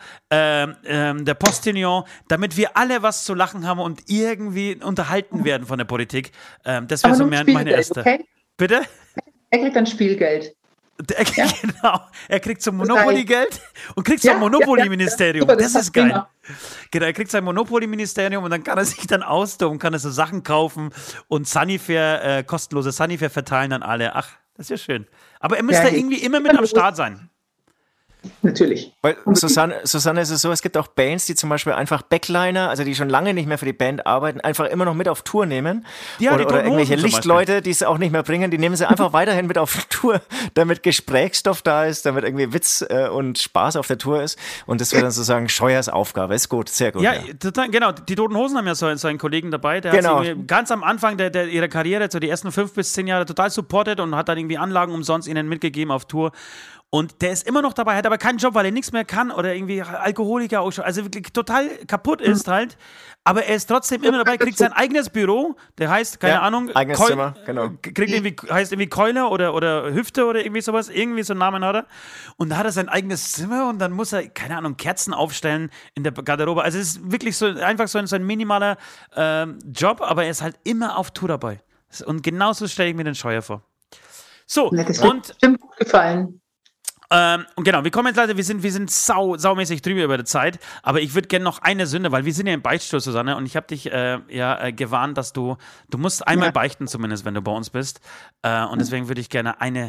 der Postillon, damit wir alle was zu lachen haben und irgendwie unterhalten werden von der Politik. Das wäre so meine erste. Okay? Bitte? Er kriegt dann Spielgeld. Genau. Er kriegt zum Monopoly-Geld und kriegt zum Monopoly-Ministerium. Das ist geil. Genau, er kriegt sein Monopoly-Ministerium und dann kann er sich dann austoben, kann er so Sachen kaufen und Sanifair, kostenlose Sanifair verteilen an alle. Ach, das ist ja schön. Aber er müsste irgendwie immer mit am Start sein. Natürlich. Weil, Susanne, ist es so, es gibt auch Bands, die zum Beispiel einfach Backliner, also die schon lange nicht mehr für die Band arbeiten, einfach immer noch mit auf Tour nehmen. Ja, oder irgendwelche Lichtleute, die es auch nicht mehr bringen, die nehmen sie einfach weiterhin mit auf Tour, damit Gesprächsstoff da ist, damit irgendwie Witz und Spaß auf der Tour ist. Und das wäre dann sozusagen Scheuers Aufgabe. Ist gut, sehr gut. Ja, total, genau. Die Toten Hosen haben ja so einen Kollegen dabei, der hat sie ganz am Anfang ihrer Karriere, so die ersten 5 bis 10 Jahre, total supportet und hat dann irgendwie Anlagen umsonst ihnen mitgegeben auf Tour. Und der ist immer noch dabei, hat aber keinen Job, weil er nichts mehr kann oder irgendwie Alkoholiker auch schon, also wirklich total kaputt ist halt. Aber er ist trotzdem immer dabei, kriegt sein eigenes Büro, der heißt, keine Ahnung, eigenes Zimmer, genau. Heißt irgendwie Keule oder Hüfte oder irgendwie sowas, irgendwie so einen Namen hat er. Und da hat er sein eigenes Zimmer und dann muss er, keine Ahnung, Kerzen aufstellen in der Garderobe. Also es ist wirklich so einfach so ein minimaler Job, aber er ist halt immer auf Tour dabei. Und genauso stelle ich mir den Scheuer vor. So, das wird bestimmt gut gefallen. Und genau, wir kommen jetzt leider, wir sind saumäßig drüber über die Zeit, aber ich würde gerne noch eine Sünde, weil wir sind ja im Beichtstuhl, Susanne, und ich habe dich gewarnt, dass du musst einmal beichten zumindest, wenn du bei uns bist, und deswegen würde ich gerne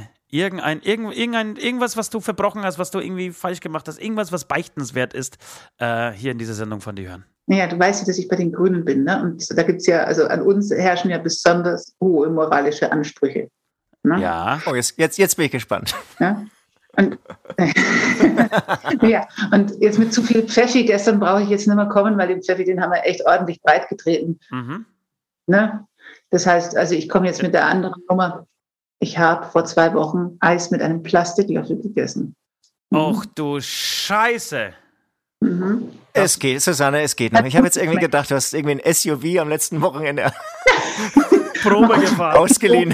irgendwas, was du verbrochen hast, was du irgendwie falsch gemacht hast, irgendwas, was beichtenswert ist, hier in dieser Sendung von dir hören. Naja, du weißt ja, dass ich bei den Grünen bin, ne? Und da gibt es ja, also an uns herrschen ja besonders hohe moralische Ansprüche. Ne? Ja. Oh, jetzt bin ich gespannt. Ja? Und, ja, und jetzt mit zu viel Pfeffi, gestern brauche ich jetzt nicht mehr kommen, weil den Pfeffi, den haben wir echt ordentlich breit getreten. Mhm. Ne? Das heißt, also ich komme jetzt mit der anderen Nummer. Ich habe vor 2 Wochen Eis mit einem Plastiklöffel gegessen. Och du Scheiße. Mhm. Es geht, Susanne, es geht noch. Ich habe jetzt irgendwie gedacht, du hast irgendwie ein SUV am letzten Wochenende Probe gefahren. Ausgeliehen.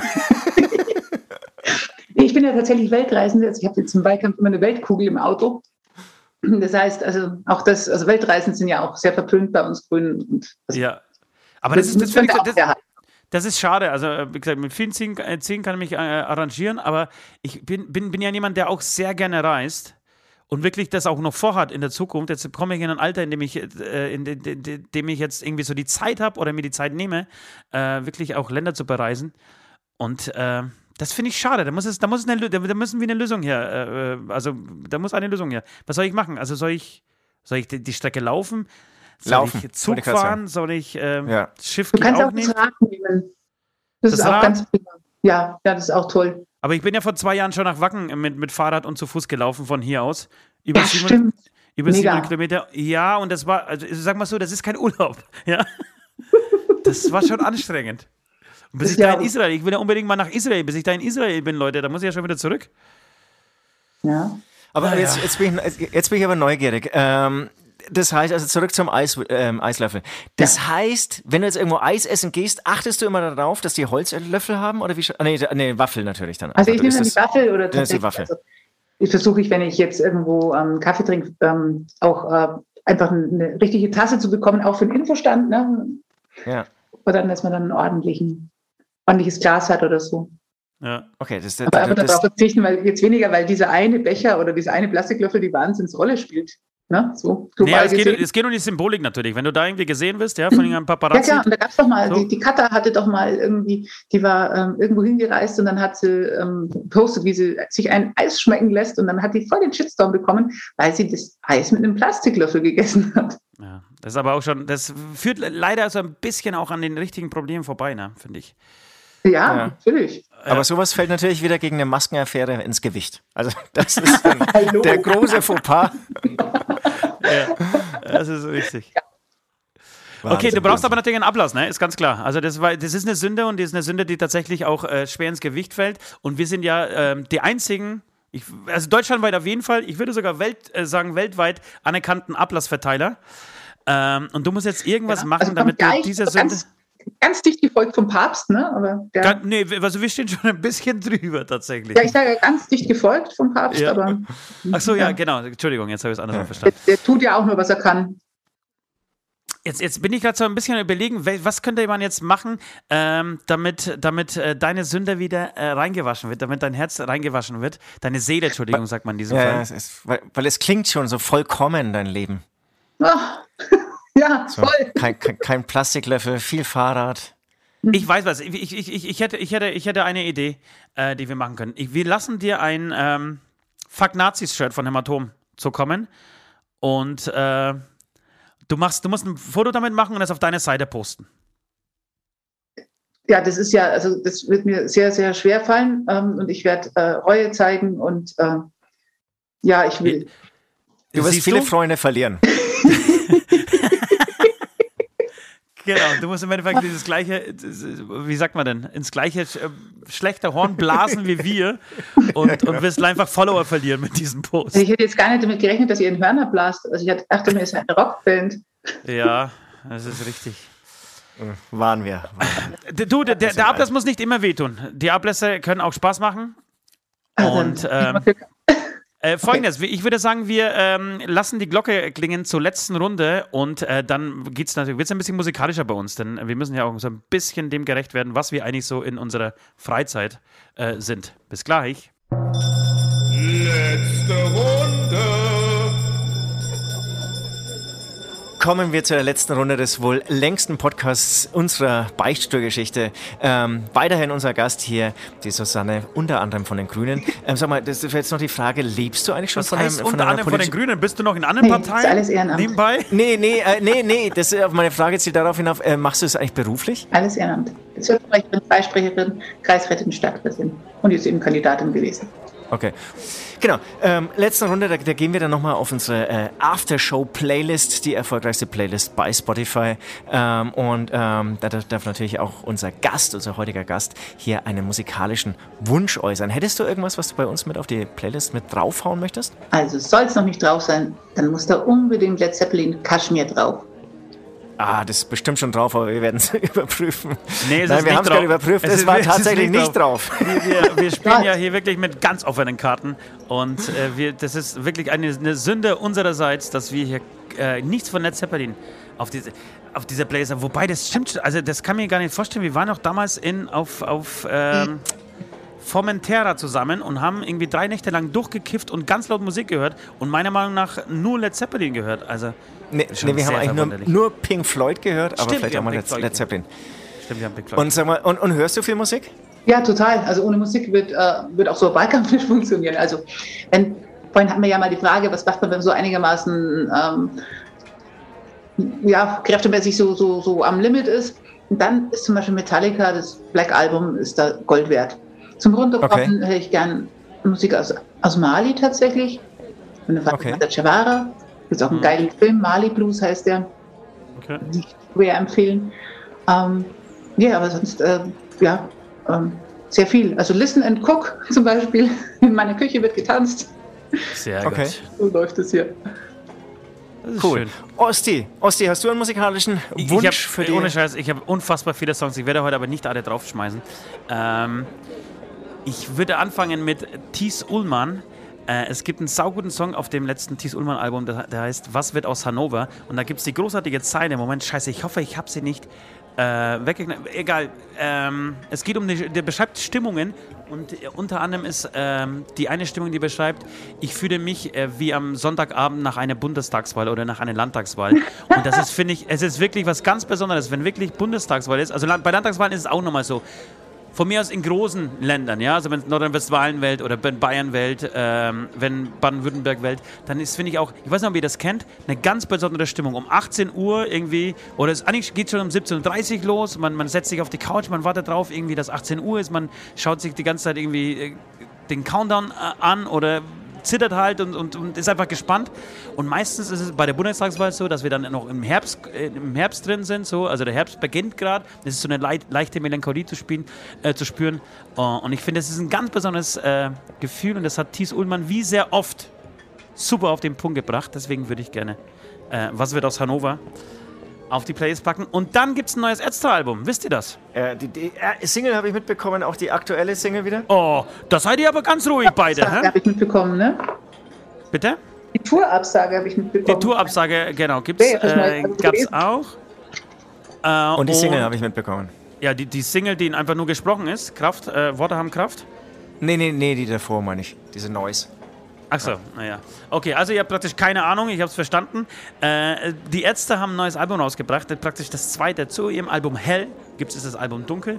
Ich bin ja tatsächlich Weltreisende. Also ich habe jetzt im Wahlkampf immer eine Weltkugel im Auto. Das heißt, also auch also Weltreisen sind ja auch sehr verpönt bei uns Grünen. Ja, aber das ist schade. Also wie gesagt, mit vielen Zielen kann ich mich arrangieren, aber ich bin ja jemand, der auch sehr gerne reist und wirklich das auch noch vorhat in der Zukunft. Jetzt komme ich in ein Alter, in dem ich jetzt irgendwie so die Zeit habe oder mir die Zeit nehme, wirklich auch Länder zu bereisen. Und das finde ich schade. Da müssen wir eine Lösung her. Da muss eine Lösung her. Was soll ich machen? Also soll ich die Strecke laufen? Soll ich Zug fahren? Soll ich Schiff gehen? Du kannst auch das Rad nehmen. Das ist auch ganz prima. Ja, das ist auch toll. Aber ich bin ja vor 2 Jahren schon nach Wacken mit Fahrrad und zu Fuß gelaufen von hier aus. Über 7 Kilometer. Ja, und das war, also sag mal so, das ist kein Urlaub. Ja? Das war schon anstrengend. Und bis ich da in Israel, ich will ja unbedingt mal nach Israel, bis ich da in Israel bin, Leute, da muss ich ja schon wieder zurück. Ja. Aber jetzt bin ich aber neugierig. Das heißt, also zurück zum Eislöffel. Das heißt, wenn du jetzt irgendwo Eis essen gehst, achtest du immer darauf, dass die Holzlöffel haben? Oder wie? Nee, Waffel natürlich dann. Also ich nehme dann die Waffel oder tatsächlich. Die Waffel. Also versuche wenn ich jetzt irgendwo Kaffee trinke, auch einfach eine richtige Tasse zu bekommen, auch für den Infostand. Ne? Ja. Oder dann, dass man dann ein ordentliches Glas hat oder so. Ja. Okay, aber darauf verzichten, weil dieser eine Becher oder diese eine Plastiklöffel die Wahnsinnsrolle spielt. Ne? So, es geht um die Symbolik natürlich. Wenn du da irgendwie gesehen wirst, ja, von einem Paparazzi. Ja klar, und da gab es doch mal, die Katha hatte doch mal irgendwie, die war irgendwo hingereist und dann hat sie postet, wie sie sich ein Eis schmecken lässt und dann hat die voll den Shitstorm bekommen, weil sie das Eis mit einem Plastiklöffel gegessen hat. Ja, das ist aber auch schon, das führt leider so ein bisschen auch an den richtigen Problemen vorbei, ne, finde ich. Ja, natürlich. Aber sowas fällt natürlich wieder gegen eine Maskenaffäre ins Gewicht. Also das ist der große Fauxpas. Ja, das ist richtig. Okay, du brauchst aber natürlich einen Ablass, ne? Ist ganz klar. Also das ist eine Sünde und das ist eine Sünde, die tatsächlich auch schwer ins Gewicht fällt. Und wir sind ja die einzigen, also deutschlandweit auf jeden Fall, ich würde sogar weltweit anerkannten Ablassverteiler. Und du musst jetzt irgendwas machen, damit du diese Sünde... Ganz dicht gefolgt vom Papst, ne? Aber also wir stehen schon ein bisschen drüber tatsächlich. Ja, ich sage ganz dicht gefolgt vom Papst, ja. aber... Ach so, ja, genau. Entschuldigung, jetzt habe ich es anders verstanden. Der tut ja auch nur, was er kann. Jetzt bin ich gerade so ein bisschen überlegen, was könnte man jetzt machen, damit deine Sünde wieder reingewaschen wird, damit dein Herz reingewaschen wird. Deine Seele, Entschuldigung, sagt man in diesem Fall. Weil es klingt schon so vollkommen, dein Leben. Ach. Ja, so, voll. Kein Plastiklöffel, viel Fahrrad. Ich weiß was. Ich hätte eine Idee, die wir machen können. Wir lassen dir ein Fuck Nazis-Shirt von Hämatom zukommen und du musst ein Foto damit machen und das auf deine Seite posten. Ja, das ist ja, also das wird mir sehr, sehr schwer fallen und ich werde Reue zeigen und ich will. Du wirst viele Freunde verlieren. Genau, du musst im Endeffekt dieses gleiche, wie sagt man denn, ins gleiche schlechte Horn blasen wie wir und wirst einfach Follower verlieren mit diesem Post. Ich hätte jetzt gar nicht damit gerechnet, dass ihr in Hörner blast. Also ich dachte mir, es ist eine Rockband. Ja, das ist richtig. Waren wir. Du, der Ablass muss nicht immer wehtun. Die Ablässe können auch Spaß machen. Und Folgendes, ich würde sagen, wir lassen die Glocke klingen zur letzten Runde und dann wird es ein bisschen musikalischer bei uns, denn wir müssen ja auch so ein bisschen dem gerecht werden, was wir eigentlich so in unserer Freizeit sind. Bis gleich. Letzte Runde. Kommen wir zu der letzten Runde des wohl längsten Podcasts unserer Beichtstuhlgeschichte. Weiterhin unser Gast hier, die Susanne, unter anderem von den Grünen. Sag mal, das ist jetzt noch die Frage, lebst du eigentlich schon von den Grünen? Bist du noch in anderen Parteien? Das ist alles Ehrenamt. Nebenbei? Nee. Das ist auf meine Frage zielt darauf hinauf, machst du es eigentlich beruflich? Alles Ehrenamt. Bezirkssprecherin, Freisprecherin, Kreisrätin, Stadträtin und jetzt eben Kandidatin gewesen. Okay. Genau. Letzte Runde, da gehen wir dann nochmal auf unsere Aftershow-Playlist, die erfolgreichste Playlist bei Spotify. Da darf natürlich auch unser heutiger Gast, hier einen musikalischen Wunsch äußern. Hättest du irgendwas, was du bei uns mit auf die Playlist mit draufhauen möchtest? Also soll es noch nicht drauf sein, dann muss da unbedingt Led Zeppelin Kashmir drauf. Das ist bestimmt schon drauf, aber wir werden es überprüfen. Nee, wir haben es gerade überprüft, es war tatsächlich nicht drauf. Wir spielen ja hier wirklich mit ganz offenen Karten und das ist wirklich eine Sünde unsererseits, dass wir hier nichts von Led Zeppelin auf dieser Playlist haben. Wobei, das stimmt, also das kann mir gar nicht vorstellen. Wir waren auch damals auf Formentera zusammen und haben irgendwie 3 Nächte lang durchgekifft und ganz laut Musik gehört und meiner Meinung nach nur Led Zeppelin gehört. Also Nee, wir haben eigentlich nur Pink Floyd gehört, aber vielleicht auch mal Led Zeppelin. Stimmt, wir haben Pink Floyd. Und sag mal, und hörst du viel Musik? Ja, total. Also ohne Musik wird auch so ein Wahlkampf nicht funktionieren. Also vorhin hatten wir ja mal die Frage, was macht man, wenn so einigermaßen kräftemäßig so am Limit ist. Und dann ist zum Beispiel Metallica, das Black Album, ist da Gold wert. Zum Runterkommen höre ich gern Musik aus Mali tatsächlich. Und dann war der Chavara. Das ist auch ein geiler Film, Mali Blues heißt der. Okay. Ich würde ja empfehlen. Aber sonst, sehr viel. Also Listen and Cook zum Beispiel. In meiner Küche wird getanzt. Sehr Okay. gut. So läuft es hier. Das ist Cool. schön. Osti, hast du einen musikalischen Wunsch für die? Ohne Scheiß, ich habe unfassbar viele Songs. Ich werde heute aber nicht alle draufschmeißen. Ich würde anfangen mit Thies Ullmann. Es gibt einen sauguten Song auf dem letzten Thies Ullmann-Album, der heißt Was wird aus Hannover? Und da gibt es die großartige Zeile. Moment, scheiße, ich hoffe, ich habe sie nicht weggeknallt. Egal. Es geht der beschreibt Stimmungen und unter anderem ist die eine Stimmung, die beschreibt, ich fühle mich wie am Sonntagabend nach einer Bundestagswahl oder nach einer Landtagswahl. Und das ist, finde ich, es ist wirklich was ganz Besonderes, wenn wirklich Bundestagswahl ist. Also bei Landtagswahlen ist es auch nochmal so. Von mir aus in großen Ländern, ja, also wenn Nordrhein-Westfalen wählt oder wenn Bayern wählt, wenn Baden-Württemberg wählt, dann ist, finde ich auch, ich weiß nicht, ob ihr das kennt, eine ganz besondere Stimmung. Um 18 Uhr irgendwie, oder es eigentlich geht schon um 17.30 Uhr los, man setzt sich auf die Couch, man wartet drauf, irgendwie, dass 18 Uhr ist, man schaut sich die ganze Zeit irgendwie den Countdown an oder zittert halt und ist einfach gespannt. Und meistens ist es bei der Bundestagswahl so, dass wir dann noch im Herbst drin sind. So. Also der Herbst beginnt gerade. Es ist so eine leichte Melancholie zu spüren. Und ich finde, es ist ein ganz besonderes Gefühl. Und das hat Thies Ullmann wie sehr oft super auf den Punkt gebracht. Deswegen würde ich gerne Was wird aus Hannover auf die Playlist packen. Und dann gibt es ein neues Ärzte-Album. Wisst ihr das? Die Single habe ich mitbekommen, auch die aktuelle Single wieder. Oh, da seid ihr aber ganz ruhig beide. Absage habe ich mitbekommen, ne? Bitte? Die Tourabsage habe ich mitbekommen. Die Tourabsage, genau, gab es auch. Und die Single habe ich mitbekommen. Ja, die Single, die einfach nur gesprochen ist. Kraft, Worte haben Kraft. Nee, die davor meine ich. Diese Noise. Achso, naja. Okay, also ihr habt praktisch keine Ahnung, ich habe es verstanden. Die Ärzte haben ein neues Album rausgebracht, praktisch das zweite zu ihrem Album Hell. Gibt es das Album Dunkel.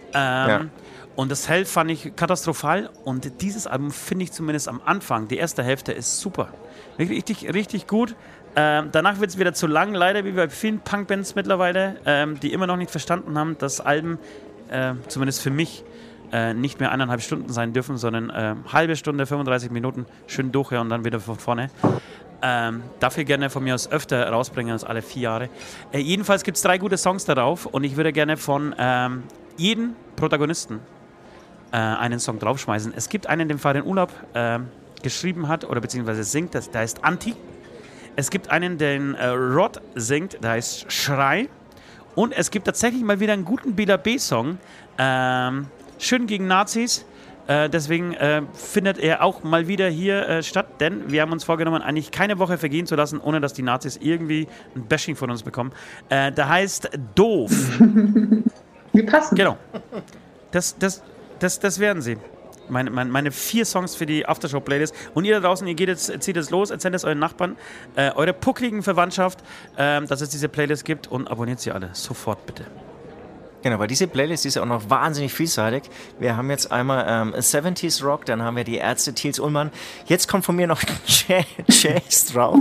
Und das Hell fand ich katastrophal. Und dieses Album finde ich zumindest am Anfang, die erste Hälfte ist super. Richtig, richtig gut. Danach wird es wieder zu lang, leider wie bei vielen Punkbands mittlerweile, die immer noch nicht verstanden haben, dass Alben, zumindest für mich, nicht mehr 1,5 Stunden sein dürfen, sondern halbe Stunde, 35 Minuten, schön durchhören und dann wieder von vorne. Dafür gerne von mir aus öfter rausbringen als alle 4 Jahre. Jedenfalls gibt es 3 gute Songs darauf und ich würde gerne von jedem Protagonisten einen Song draufschmeißen. Es gibt einen, den Farin Urlaub geschrieben hat oder beziehungsweise singt, der heißt Anti. Es gibt einen, den Rod singt, der heißt Schrei. Und es gibt tatsächlich mal wieder einen guten Bela B-Song, Schön gegen Nazis. Deswegen findet er auch mal wieder hier statt, denn wir haben uns vorgenommen, eigentlich keine Woche vergehen zu lassen, ohne dass die Nazis irgendwie ein Bashing von uns bekommen. Der heißt Doof. Wie passend. Genau. Das werden sie. Meine 4 Songs für die Aftershow-Playlist. Und ihr da draußen, zieht es los, erzählt es euren Nachbarn, eure puckligen Verwandtschaft, dass es diese Playlist gibt und abonniert sie alle. Sofort bitte. Genau, weil diese Playlist ist ja auch noch wahnsinnig vielseitig. Wir haben jetzt einmal 70s Rock, dann haben wir die Ärzte, Thies Ullmann. Jetzt kommt von mir noch Jazz drauf.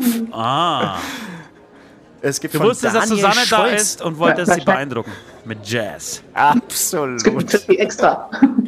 Es gibt Du von wusstest, dass Daniel Susanne da Scholz. ist und wolltest sie beeindrucken. Mit Jazz. Absolut. Es gibt ein extra.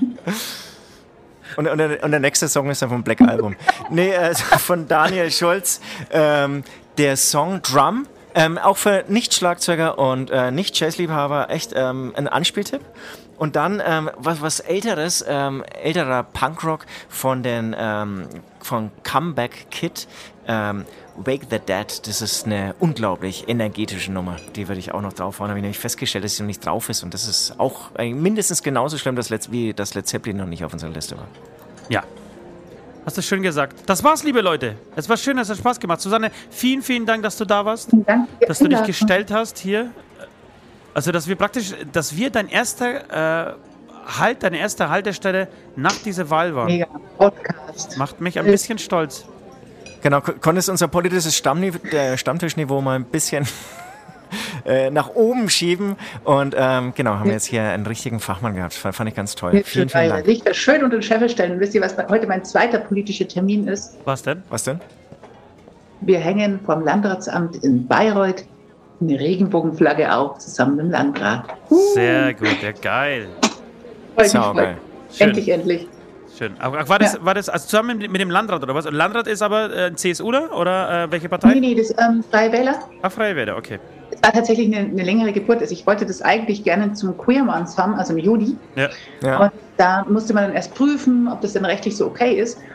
Und der nächste Song ist dann vom Black Album. Von Daniel Scholz. Der Song Drum. Auch für Nicht-Schlagzeuger und Nicht-Jazzliebhaber echt ein Anspieltipp. Und dann was Älteres, älterer Punkrock von Comeback Kid. Wake the Dead, das ist eine unglaublich energetische Nummer. Die würde ich auch noch draufhauen. Habe ich nämlich festgestellt, dass sie noch nicht drauf ist. Und das ist auch mindestens genauso schlimm, wie das Led Zeppelin noch nicht auf unserer Liste war. Ja. Hast du schön gesagt. Das war's, liebe Leute. Es war schön, es hat Spaß gemacht. Susanne, vielen, vielen Dank, dass du da warst. Danke. Dass du dich gestellt hast hier. Also, dass wir deine erste Haltestelle nach dieser Wahl waren. Mega Podcast. Macht mich ein bisschen stolz. Genau, konntest unser politisches Stammtischniveau mal ein bisschen nach oben schieben und haben wir jetzt hier einen richtigen Fachmann gehabt. Fand ich ganz toll. Vielen Dank. Lichter schön unter den Scheffel stellen. Wisst ihr, was heute mein zweiter politischer Termin ist? Was denn? Wir hängen vom Landratsamt in Bayreuth eine Regenbogenflagge auf, zusammen mit dem Landrat. Sehr gut, ja, geil. Geil. Endlich. Schön. Aber war das also zusammen mit dem Landrat oder was? Landrat ist aber ein CSUler oder welche Partei? Nee, das Freie Wähler. Freie Wähler, okay. Es war tatsächlich eine längere Geburt. Also ich wollte das eigentlich gerne zum Queer Month haben, also im Juli. Ja. Und da musste man dann erst prüfen, ob das dann rechtlich so okay ist.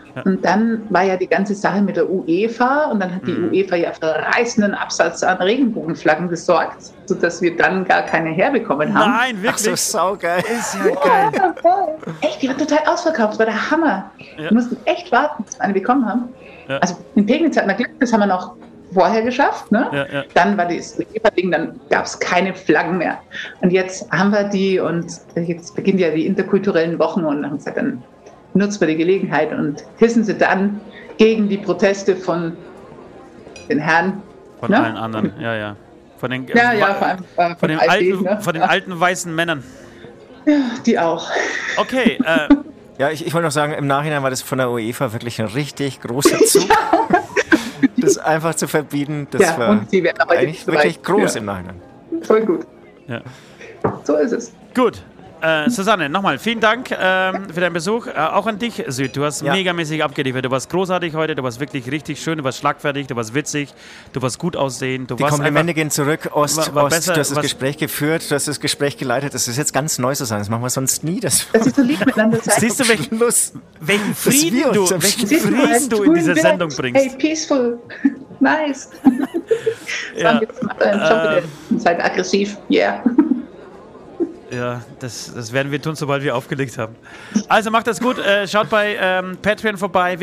Und dann war ja die ganze Sache mit der UEFA und dann hat die UEFA ja für reißenden Absatz an Regenbogenflaggen gesorgt, sodass wir dann gar keine herbekommen haben. Nein, wirklich? Ach so, saugeil. Ist ja geil. Echt, die war total ausverkauft, das war der Hammer. Ja. Wir mussten echt warten, bis wir eine bekommen haben. Ja. Also in Pegnitz hatten wir Glück, das haben wir noch vorher geschafft. Ne? Ja. Dann war das UEFA-Ding, dann gab es keine Flaggen mehr. Und jetzt haben wir die und jetzt beginnen ja die interkulturellen Wochen und haben gesagt, dann nutzen wir die Gelegenheit und hissen sie dann gegen die Proteste von den Herren. Von allen anderen, ja. Von den, vor allem von den alten weißen Männern. Ja, die auch. Okay. Ja, ich wollte noch sagen, im Nachhinein war das von der UEFA wirklich ein richtig großer Zug. Das einfach zu verbieten, das war und die werden aber eigentlich wirklich groß im Nachhinein. Voll gut. Ja. So ist es. Gut. Susanne, nochmal vielen Dank für deinen Besuch. Auch an dich, Süd. Du hast megamäßig abgeliefert. Du warst großartig heute. Du warst wirklich richtig schön. Du warst schlagfertig. Du warst witzig. Du warst gut aussehend. Die Komplimente gehen zurück. Ost, du hast das Gespräch geführt. Du hast das Gespräch geleitet. Das ist jetzt ganz neu zu sein. Das machen wir sonst nie. Das ist so lieb miteinander sein. Siehst du, welchen Frieden du in diese Sendung bringst? Hey, peaceful. Nice. Ja. Seid aggressiv. Yeah. Ja, das werden wir tun, sobald wir aufgelegt haben. Also macht das gut. Schaut bei Patreon vorbei,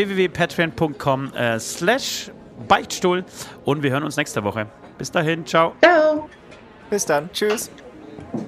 www.patreon.com/Beichtstuhl und wir hören uns nächste Woche. Bis dahin, ciao. Ciao. Bis dann, tschüss.